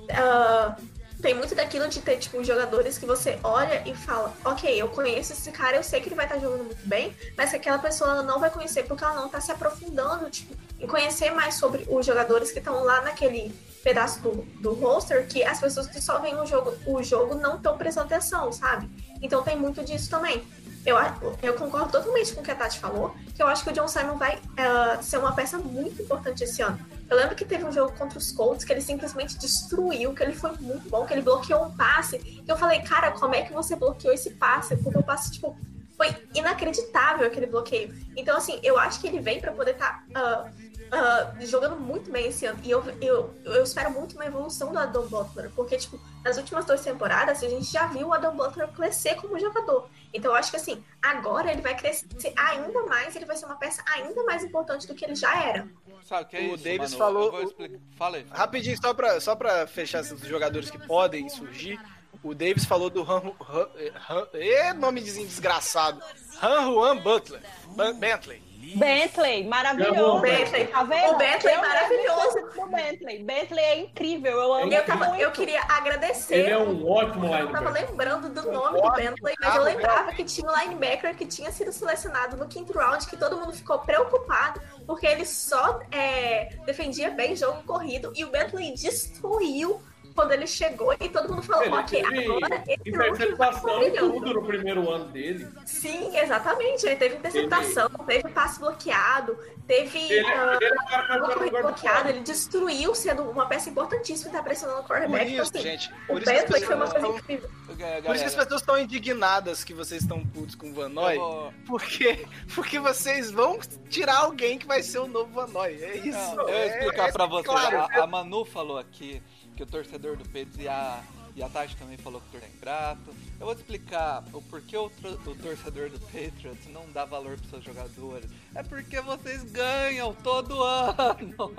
uh, tem muito daquilo de ter, tipo, jogadores que você olha e fala, ok, eu conheço esse cara, eu sei que ele vai estar jogando muito bem, mas que aquela pessoa ela não vai conhecer porque ela não tá se aprofundando, tipo, em conhecer mais sobre os jogadores que estão lá naquele pedaço do, do roster, que as pessoas que só veem o jogo, o jogo não estão prestando atenção, sabe? Então tem muito disso também. Eu, eu concordo totalmente com o que a Tati falou, que eu acho que o John Simon vai uh, ser uma peça muito importante esse ano. Eu lembro que teve um jogo contra os Colts que ele simplesmente destruiu, que ele foi muito bom, que ele bloqueou um passe. E eu falei, cara, como é que você bloqueou esse passe? Porque o passe, tipo, foi inacreditável aquele bloqueio. Então, assim, eu acho que ele vem pra poder estar tá, uh, uh, jogando muito bem esse ano. E eu, eu, eu espero muito uma evolução do Adam Butler, porque, tipo, nas últimas duas temporadas, a gente já viu o Adam Butler crescer como jogador. Então, eu acho que, assim, agora ele vai crescer ainda mais, ele vai ser uma peça ainda mais importante do que ele já era. Sabe o que é o isso, Davis Manu? falou. Eu vou explicar. Fala aí. Rapidinho, só pra, só pra fechar esses jogadores que podem surgir. O Davis falou do Han, Han, Han, é nomezinho desgraçado. Han Juan Butler. Bentley. Bentley, maravilhoso. Bentley. Tá vendo? O Bentley é Eu maravilhoso. O Bentley. Bentley é incrível. Eu amo Eu, tava, muito. eu queria agradecer. Ele é um ótimo Eu tava linebacker. lembrando do nome do Bentley, mas eu lembrava que tinha um linebacker que tinha sido selecionado no quinto round, que todo mundo ficou preocupado, porque ele só é, defendia bem jogo corrido, e o Bentley destruiu quando ele chegou, e todo mundo falou, Ele ok, teve agora esse interceptação e brilhando. tudo no primeiro ano dele. Sim, exatamente. Ele teve interceptação, ele... teve passe bloqueado, teve Ele, uh, ele é o cara que vai corrida jogar bloqueado, ele destruiu, sendo uma peça importantíssima e tá pressionando o Por quarterback. isso, Então, assim, gente. o Por isso que as Bentley foi uma pessoas coisa estão- incrível. Por isso que as pessoas estão indignadas que vocês estão putos com o Van Noy. Eu vou- Porque, porque vocês vão tirar alguém que vai ser o novo Van Noy. É isso. Não, eu vou é, explicar é, pra você. Claro, a, a Manu falou aqui que o torcedor do Patriots e a, e a Tati também falou que o torcedor é ingrato. Eu vou te explicar o porquê o, tro- o torcedor do Patriots não dá valor pros seus jogadores. É porque vocês ganham todo ano.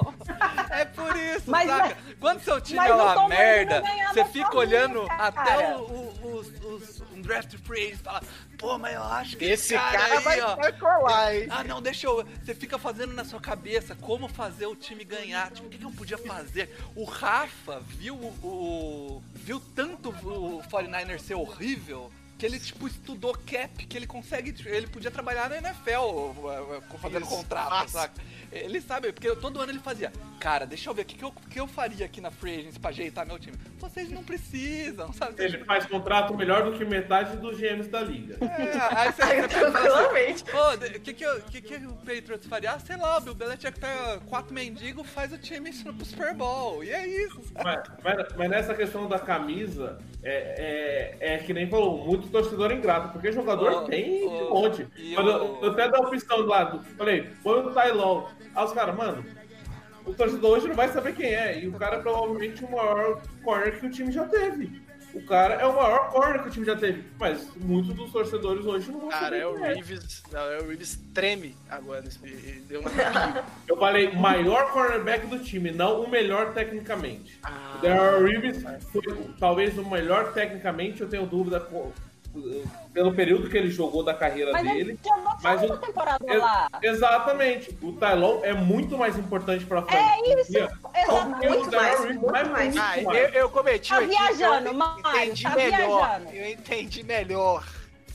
É por isso, Mas- saca? Quando seu time mas é o uma Tom Brady merda, não ganhava você fica sozinho, olhando cara. até o, o, os, os um draft free agents e fala, pô, mas eu acho que Esse cara, cara aí, vai, ó, vai colar, hein? ah, não, deixa eu. Você fica fazendo na sua cabeça como fazer o time ganhar. Tipo, o que, que eu podia fazer? O Rafa viu o. o- viu tanto o quarenta e nine ers ser horrível que ele, tipo, estudou cap, que ele consegue. Ele podia trabalhar na N F L uh, uh, fazendo Isso, contrato, fácil. saca? Ele sabe, porque todo ano ele fazia. Cara, deixa eu ver o que, que, eu, o que eu faria aqui na Free Agents pra ajeitar meu time. Vocês não precisam, sabe? Ele faz contrato melhor do que metade dos G Ms da liga. É, aí você, você pensa assim, Tranquilamente. pô, o que que, eu- que que o Patriots faria? Ah, sei lá, o Bill Belichick pega quatro mendigos, faz o time ir pro Super Bowl. E é isso, sabe? Mas, mas- mas nessa questão da camisa, é, é, é que nem falou, muito torcedor ingrato, porque jogador Ô, tem de ô, monte. e Quando o- eu, eu até dou a opção do lado, falei, põe o Tylon. Aí os caras, mano, o torcedor hoje não vai saber quem é. E o cara é provavelmente o maior corner que o time já teve. O cara é o maior corner que o time já teve. Mas muitos dos torcedores hoje não vão Cara, saber é o quem é. Reeves. Não, é o Reeves treme agora. Nesse, ele deu uma arrepio. Eu falei maior cornerback do time, não o melhor tecnicamente. Ah. O Darrell Reeves foi talvez o melhor tecnicamente, eu tenho dúvida com- pelo período que ele jogou da carreira Mas dele. ele jogou só Mas uma o- temporada Ex- lá. Exatamente. O Tylon é muito mais importante pra frente. É isso, Porque exatamente. o Muito Darrell mais, Reeves muito vai mais. Ah, muito eu, eu cometi Tá o equívoco, viajando, eu Mário, entendi tá melhor. viajando. Eu entendi melhor.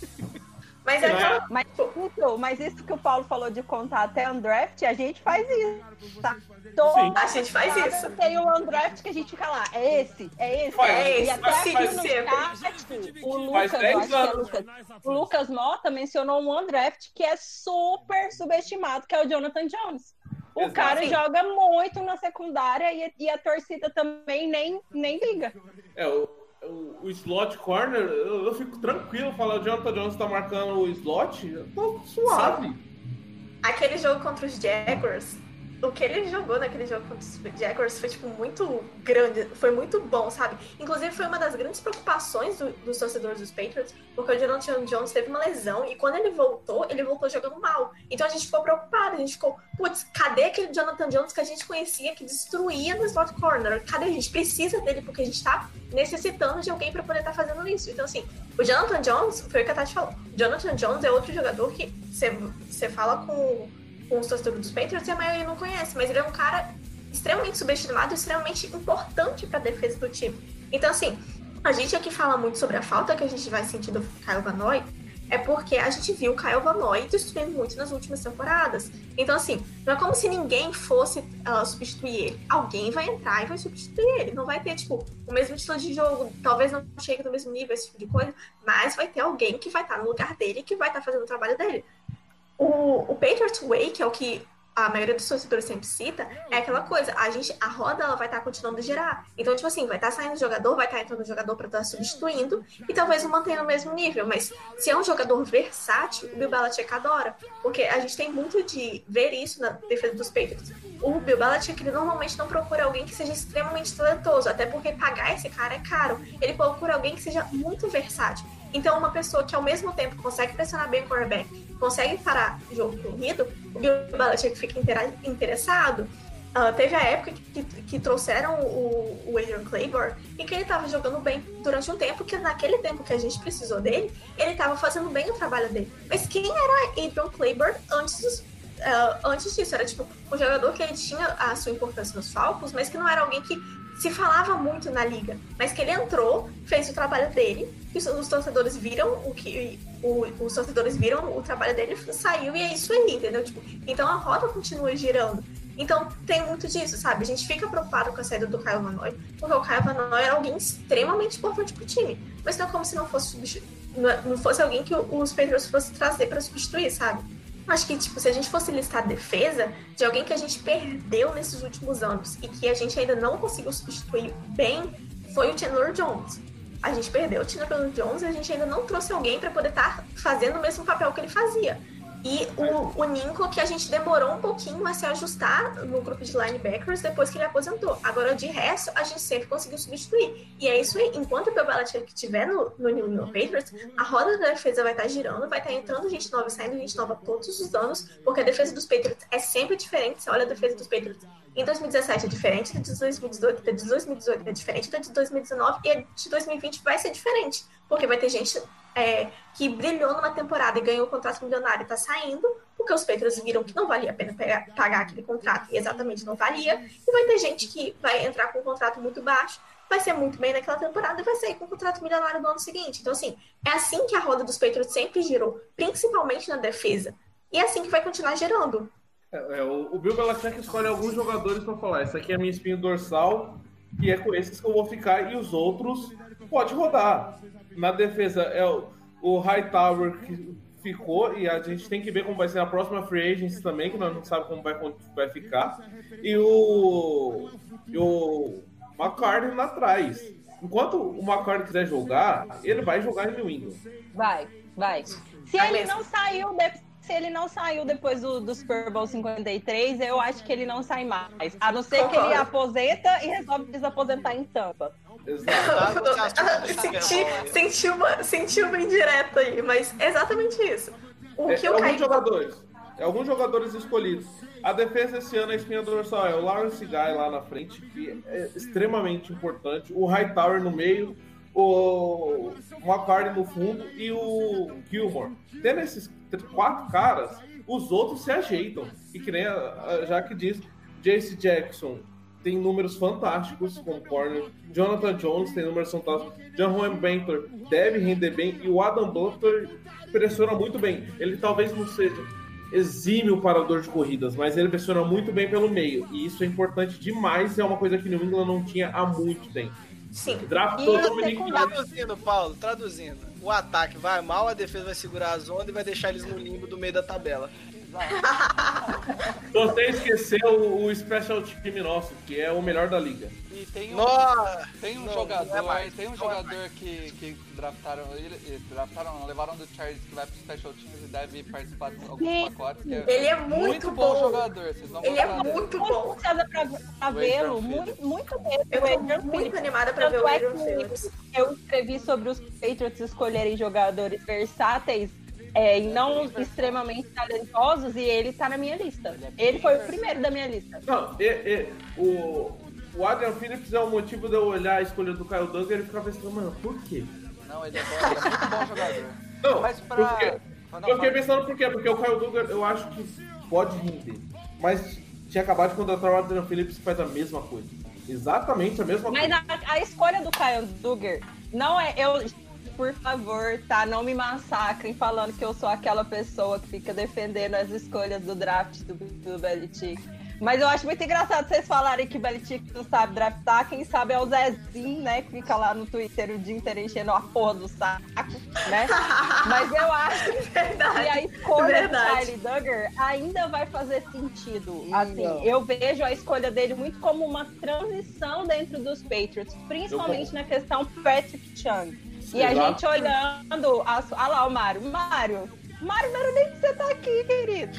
Mas é Não é? aquela- Mas isso, mas isso que o Paulo falou de contar até undraft, a gente faz isso, tá? Sim. A gente faz temporada isso. Tem o undraft que a gente fica lá, é esse, é esse. Faz, é esse. E é até esse, aqui sim, no sempre. chat, o Faz Lucas, dez eu acho que é anos. Lucas, o Lucas Mota mencionou um undraft que é super subestimado, que é o Jonathan Jones. O Exato. cara joga muito na secundária e, e a torcida também nem, nem liga. É, o, o, o slot corner, eu, eu fico tranquilo falar o Jonathan Jones tá marcando o slot, eu tô suave. Aquele jogo contra os Jaguars, o que ele jogou naquele jogo contra os Jaguars foi, tipo, muito grande, foi muito bom, sabe? Inclusive, foi uma das grandes preocupações do, dos torcedores dos Patriots, porque o Jonathan Jones teve uma lesão e quando ele voltou, ele voltou jogando mal. Então a gente ficou preocupado, a gente ficou, putz, cadê aquele Jonathan Jones que a gente conhecia, que destruía no slot corner? Cadê? A gente precisa dele, porque a gente tá necessitando de alguém pra poder estar tá fazendo isso. Então, assim, o Jonathan Jones, foi o que a Tati falou, o Jonathan Jones é outro jogador que você fala com... com os torcedores dos Patriots e a maioria não conhece, mas ele é um cara extremamente subestimado e extremamente importante para a defesa do time. Então, assim, a gente aqui fala muito sobre a falta que a gente vai sentir do Kyle Van Noy, é porque a gente viu o Kyle Van Noy destruindo muito nas últimas temporadas. Então, assim, não é como se ninguém fosse uh, substituir ele. Alguém vai entrar e vai substituir ele. Não vai ter, tipo, o mesmo estilo de jogo, talvez não chegue no mesmo nível, esse tipo de coisa, mas vai ter alguém que vai estar no lugar dele, que vai estar fazendo o trabalho dele. O, o Patriot Way, que é o que a maioria dos torcedores sempre cita, é aquela coisa, a gente, a roda ela vai estar continuando a girar. Então, tipo assim, vai estar saindo jogador, vai estar entrando jogador para estar substituindo, e talvez não mantenha o mesmo nível. Mas se é um jogador versátil, o Bill Belichick adora. Porque a gente tem muito de ver isso na defesa dos Patriots. O Bill Belichick, ele normalmente não procura alguém que seja extremamente talentoso, até porque pagar esse cara é caro. Ele procura alguém que seja muito versátil. Então, uma pessoa que ao mesmo tempo consegue pressionar bem o quarterback, consegue parar o jogo corrido, o Bill Belichick fica interessado. Uh, teve a época que, que, que trouxeram o, o Adrian Claymore e que ele estava jogando bem durante um tempo, que naquele tempo que a gente precisou dele, ele estava fazendo bem o trabalho dele. Mas quem era Adrian Claymore antes, uh, antes disso? Era tipo um jogador que ele tinha a sua importância nos Falcons, mas que não era alguém que se falava muito na liga, mas que ele entrou, fez o trabalho dele, e os, os torcedores viram o que o, os torcedores viram o trabalho dele, saiu e é isso aí, entendeu? Tipo, então a roda continua girando. Então tem muito disso, sabe? A gente fica preocupado com a saída do Kyle Van Noy, porque o Kyle Van Noy era alguém extremamente importante pro time, mas não é como se não fosse substitu... não fosse alguém que os Patriots fossem trazer para substituir, sabe? Acho que, tipo, se a gente fosse listar a defesa de alguém que a gente perdeu nesses últimos anos e que a gente ainda não conseguiu substituir bem, foi o Chandler Jones. A gente perdeu o Chandler Jones e a gente ainda não trouxe alguém para poder estar tá fazendo o mesmo papel que ele fazia. E o, o Ninko, que a gente demorou um pouquinho a se ajustar no grupo de linebackers depois que ele aposentou. Agora, de resto, a gente sempre conseguiu substituir. E é isso aí. Enquanto o Bill Belichick estiver no, no New England Patriots, a roda da defesa vai estar girando, vai estar entrando gente nova e saindo gente nova todos os anos, porque a defesa dos Patriots é sempre diferente. Você olha a defesa dos Patriots em dois mil e dezessete é diferente da de dois mil e dezoito, da de dois mil e dezoito é diferente da de dois mil e dezenove e a de dois mil e vinte vai ser diferente, porque vai ter gente... É, que brilhou numa temporada e ganhou um contrato milionário e tá saindo, porque os Patriots viram que não valia a pena pegar, pagar aquele contrato, e exatamente não valia, e vai ter gente que vai entrar com um contrato muito baixo, vai ser muito bem naquela temporada e vai sair com um contrato milionário no ano seguinte. Então, assim, é assim que a roda dos Patriots sempre girou, principalmente na defesa, e é assim que vai continuar girando. É, é, o, o Bill Belichick escolhe alguns jogadores pra falar, essa aqui é a minha espinha dorsal, e é com esses que eu vou ficar, e os outros pode rodar. Na defesa é o, o Hightower que ficou, e a gente tem que ver como vai ser a próxima free agency também, que nós não sabemos como vai, vai ficar. E o, e o McCartney lá atrás. Enquanto o McCartney quiser jogar, ele vai jogar em New England. Vai, vai. Se vai ele mesmo. não saiu de... se ele não saiu depois do, do Super Bowl cinquenta e três, eu acho que ele não sai mais. A não ser que ele aposenta e resolve desaposentar em Tampa. senti, senti, uma, senti uma indireta aí, mas é exatamente isso. O é, que é eu alguns caí... jogadores. É alguns jogadores escolhidos. A defesa esse ano, a espinha dorsal é o Lawrence Guy lá na frente, que é extremamente importante. O Hightower no meio, o McCartney no fundo e o Gilmore. Tendo esses quatro caras, os outros se ajeitam. E que nem a, a Jaque diz, J C Jackson tem números fantásticos como corner. Jonathan Jones tem números fantásticos. John Banter deve render bem. E o Adam Butler pressiona muito bem. Ele talvez não seja exímio parador de corridas, mas ele pressiona muito bem pelo meio. E isso é importante demais. E é uma coisa que New England não tinha há muito tempo. Sim. Draftou o Dominic. Traduzindo, Paulo, traduzindo. O ataque vai mal, a defesa vai segurar a onda e vai deixar eles no limbo do meio da tabela. Você esqueceu o Special Team nosso, que é o melhor da liga. E tem um, Nossa, tem um não, jogador, não é mais, tem um não é jogador mais. que, que draftaram ele, draftaram, não, levaram do Chargers que vai pro Special Teams e deve participar de alguns Sim. pacotes. Que é Ele é muito bom bom. jogador, vocês vão Ele é gostar dele. muito Muito bom. ansiosa pra, pra O vê-lo, Adrian muito, Phillips. muito mesmo. Eu o tô Adrian muito Phillips. animada pra ver Tanto o é Adrian que Phillips. eu escrevi sobre os Patriots escolherem jogadores versáteis é, e não extremamente talentosos, e ele tá na minha lista. Ele foi o primeiro da minha lista. Não, e, e, o, o Adrian Phillips é o motivo de eu olhar a escolha do Kyle Duggar e ficar pensando, mano, por quê? Não, ele é, bom, ele é muito bom jogador. Não, Mas pra... por quê? Não, Eu fiquei mas- pensando por quê? Porque o Kyle Duggar eu acho que pode render. Mas tinha acabado de contratar o Adrian Phillips que faz a mesma coisa. Exatamente a mesma Mas coisa. a, a escolha do Kyle Duggar não é... Eu, por favor, tá? Não me massacrem falando que eu sou aquela pessoa que fica defendendo as escolhas do draft do, do Belichick. Mas eu acho muito engraçado vocês falarem que o Belichick não sabe draftar. Quem sabe é o Zezinho, né? Que fica lá no Twitter o dia inteiro enchendo a porra do saco, né? Mas eu acho Verdade. que a escolha Verdade. do Kyle Duggar ainda vai fazer sentido. Assim, Não. eu vejo a escolha dele muito como uma transição dentro dos Patriots, principalmente na questão Patrick Chung. E a Exato. gente olhando... A, olha lá o Mário. Mário, Mário, não era nem que você tá aqui, querido.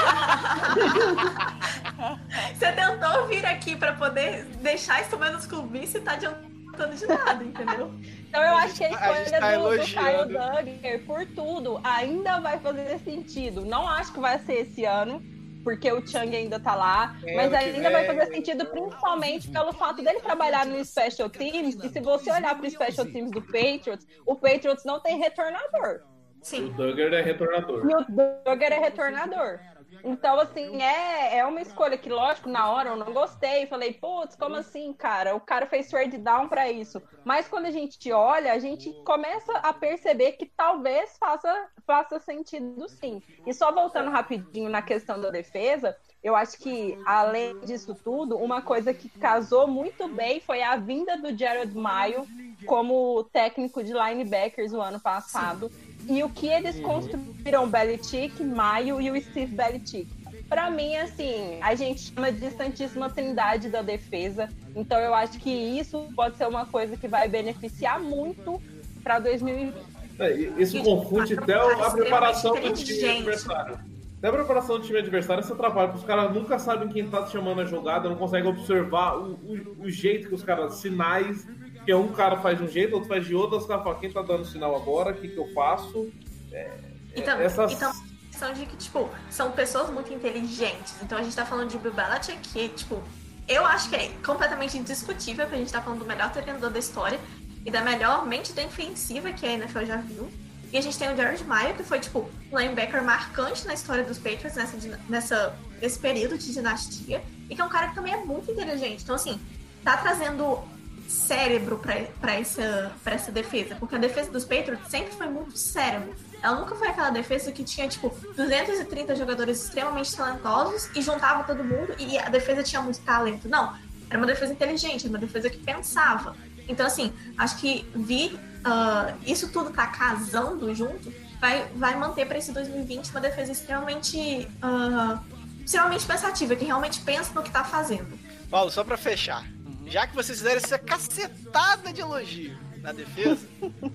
Você tentou vir aqui pra poder deixar isso menos clubice e tá adiantando de nada, entendeu? Então eu A acho que a gente- a gente escolha tá do, do Kyle elogiando. Duggar, por tudo, ainda vai fazer sentido. Não acho que vai ser esse ano, porque o Chung ainda tá lá, É, mas ano que ainda vai vem. fazer sentido principalmente pelo fato dele trabalhar no Special Teams, e se você olhar pro Special Teams do Patriots, o Patriots não tem retornador. O Sim. Duggar é retornador. E o Duggar é retornador. Então, assim, é, é uma escolha que, lógico, na hora eu não gostei. Falei, putz, como assim, cara? O cara fez trade down pra isso. Mas quando a gente olha, a gente começa a perceber que talvez faça, faça sentido, sim. E só voltando rapidinho na questão da defesa, eu acho que, além disso tudo, uma coisa que casou muito bem foi a vinda do Jared Mayo como técnico de linebackers o ano passado. E o que eles construíram, o Belichick, Mayo e o Steve Belichick. Pra mim, assim, a gente chama de Santíssima Trindade da defesa. Então eu acho que isso pode ser uma coisa que vai beneficiar muito pra dois mil e vinte. É, e isso confunde até a preparação do time Inteligente. adversário. Até a preparação do time adversário você atrapalha, porque os caras nunca sabem quem tá chamando a jogada, não conseguem observar o, o, o jeito que os caras, sinais, que um cara faz de um jeito, outro faz de outro, os caras falam, quem tá dando sinal agora, o que que eu faço? É, E também, essas... e também a questão de que, tipo, são pessoas muito inteligentes. Então a gente tá falando de Bill Belichick, que, tipo, eu acho que é completamente indiscutível, porque a gente tá falando do melhor treinador da história e da melhor mente defensiva que a N F L já viu. E a gente tem o Jared Mayo, que foi, tipo, um linebacker marcante na história dos Patriots nessa, nessa, nesse período de dinastia. E que é um cara que também é muito inteligente. Então, assim, tá trazendo cérebro pra, pra, essa, pra essa defesa. Porque a defesa dos Patriots sempre foi muito cérebro. Ela nunca foi aquela defesa que tinha, tipo, duzentos e trinta jogadores extremamente talentosos e juntava todo mundo e a defesa tinha muito talento. Não, era uma defesa inteligente, era uma defesa que pensava. Então, assim, acho que vir uh, isso tudo tá casando junto vai, vai manter para esse dois mil e vinte uma defesa extremamente, uh, extremamente pensativa, que realmente pensa no que tá fazendo. Paulo, só pra fechar, já que vocês fizeram essa cacetada de elogio na defesa,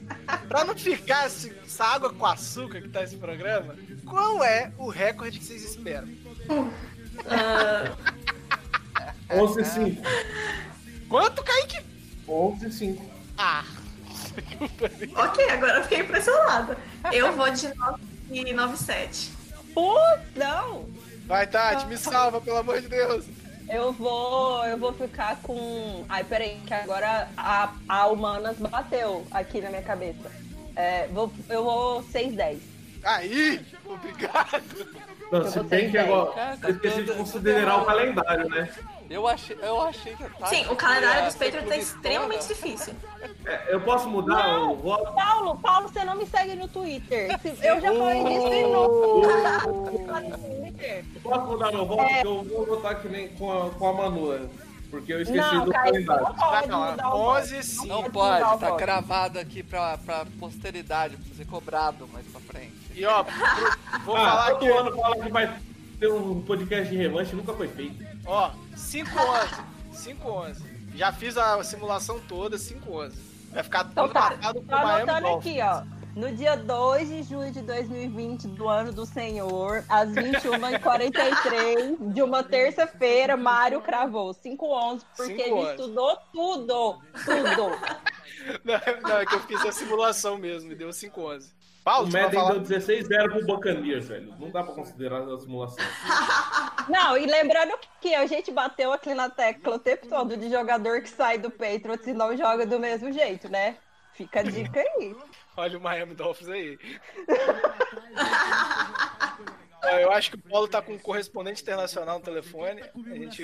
pra não ficar esse- essa água com açúcar que tá esse programa, qual é o recorde que vocês esperam? onze a cinco. Quanto, Kaique? onze a cinco. Ah, Ok, agora eu fiquei impressionada. Eu vou de nove nove sete. Putz, não! vai, Tati, me salva, pelo amor de Deus. Eu vou, eu vou ficar com... Ai, peraí, que agora a, a Humanas bateu aqui na minha cabeça. É, vou, eu vou seis dez. Aí, obrigado. Não, Eu se vou bem ter que dez. agora Cara, tá eu esqueci de tudo- considerar tudo o calendário, né? Eu achei, eu achei que a Tati Sim, o calendário ia dos ser Patriots é clubistona. extremamente difícil. É, eu posso mudar Não. o voto? Paulo, Paulo, você não me segue no Twitter. Se- Eu já falei disso de novo. Eu posso mudar meu voto? Porque eu vou votar que nem com a, com a Manu, porque eu esqueci Não, do Caio, calendário. não pode Vai mudar o onze, voto. sim. Não Pode pode, mudar o tá voto. cravado aqui pra, pra posteridade, pra ser cobrado mais pra frente. E ó, pro- vou Ah, falar todo que ano fala que vai ter um podcast de revanche nunca foi feito. Ó, cinco onze. cinco onze. Já fiz a simulação toda, cinco onze. Vai ficar Então todo tá, marcado tô com o Miami anotando Dolphins. aqui, ó. No dia dois de junho de dois mil e vinte, do ano do Senhor, às vinte e uma e quarenta e três, de uma terça-feira, Mário cravou cinco onze, porque cinco onze. ele estudou tudo, tudo. Não, não, é que eu fiz a simulação mesmo, me deu cinco onze. Paulo, O você vai Madden falar? deu dezesseis a zero pro Buccaneers, velho. Não dá pra considerar a simulação. Não, e lembrando que a gente bateu aqui na tecla o tempo todo de jogador que sai do Patriots e não joga do mesmo jeito, né? Fica a dica aí. Olha o Miami Dolphins aí. Ó, eu acho que o Paulo tá com um correspondente internacional no telefone. A gente...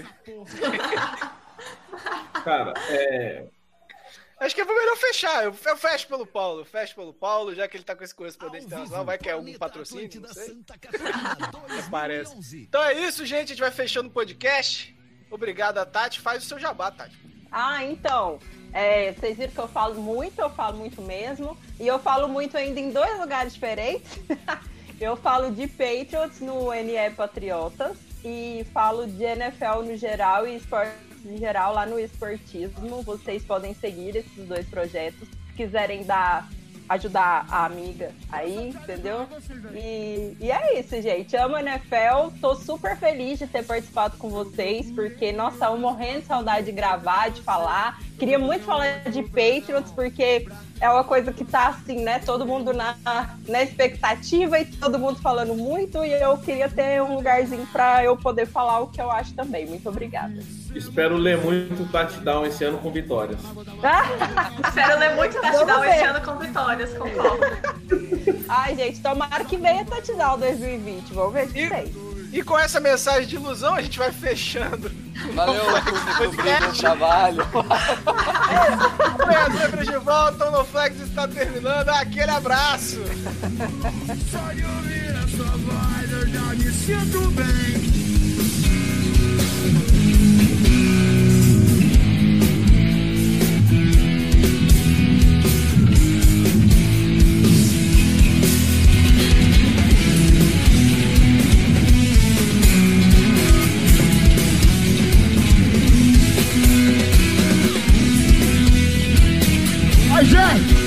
Cara, é... Acho que é melhor fechar. Eu eu fecho pelo Paulo. Eu fecho pelo Paulo, já que ele tá com esse correspondente internacional. Vai que é algum patrocínio, não sei. Parece. Então é isso, gente. A gente vai fechando o podcast. Obrigado a Tati. Faz o seu jabá, Tati. Ah, então, é, vocês viram que eu falo muito, eu falo muito mesmo, e eu falo muito ainda em dois lugares diferentes. Eu falo de Patriots no N E Patriotas e falo de N F L no geral e esportes em geral lá no Esportismo. Vocês podem seguir esses dois projetos, se quiserem dar, ajudar a amiga aí, entendeu? E, e é isso, gente. Amo a N F L, tô super feliz de ter participado com vocês, porque, nossa, eu morrendo de saudade de gravar, de falar. Queria muito falar de Patriots, porque é uma coisa que tá assim, né? Todo mundo na, na expectativa e todo mundo falando muito, e eu queria ter um lugarzinho pra eu poder falar o que eu acho também. Muito obrigada. Espero ler muito touchdown esse ano com vitórias. Espero ler muito touchdown Vamos ver. esse ano com vitórias, concordo. Ai, gente, tomara que venha touchdown dois mil e vinte. Vamos ver se E, tem. e com essa mensagem de ilusão, a gente vai fechando. Valeu, público, bom trabalho. Amanhã sempre de volta, o NoFlex está terminando. Aquele abraço. Só de ouvir a sua voz eu já me sinto bem. Ai, gente!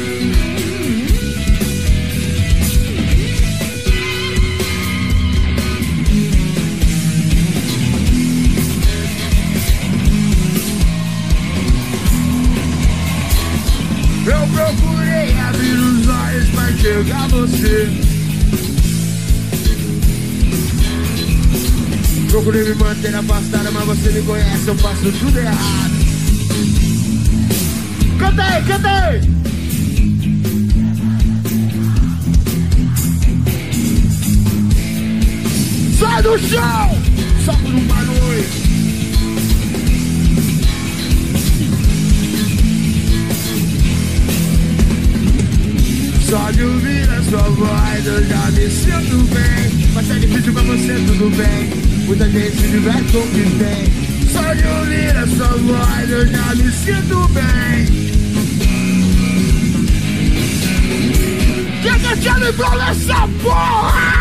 Eu procurei abrir os olhos pra enxergar você. Procurei me manter afastada, mas você me conhece, eu faço tudo errado. Canta aí, canta aí! Sai do chão! Só por uma noite. Só de ouvir a sua voz eu já me sinto bem. Mas é difícil pra você, tudo bem. Muita gente se diverte com o que tem. Só de ouvir a sua voz eu já me sinto bem. Quem que tinha me essa porra?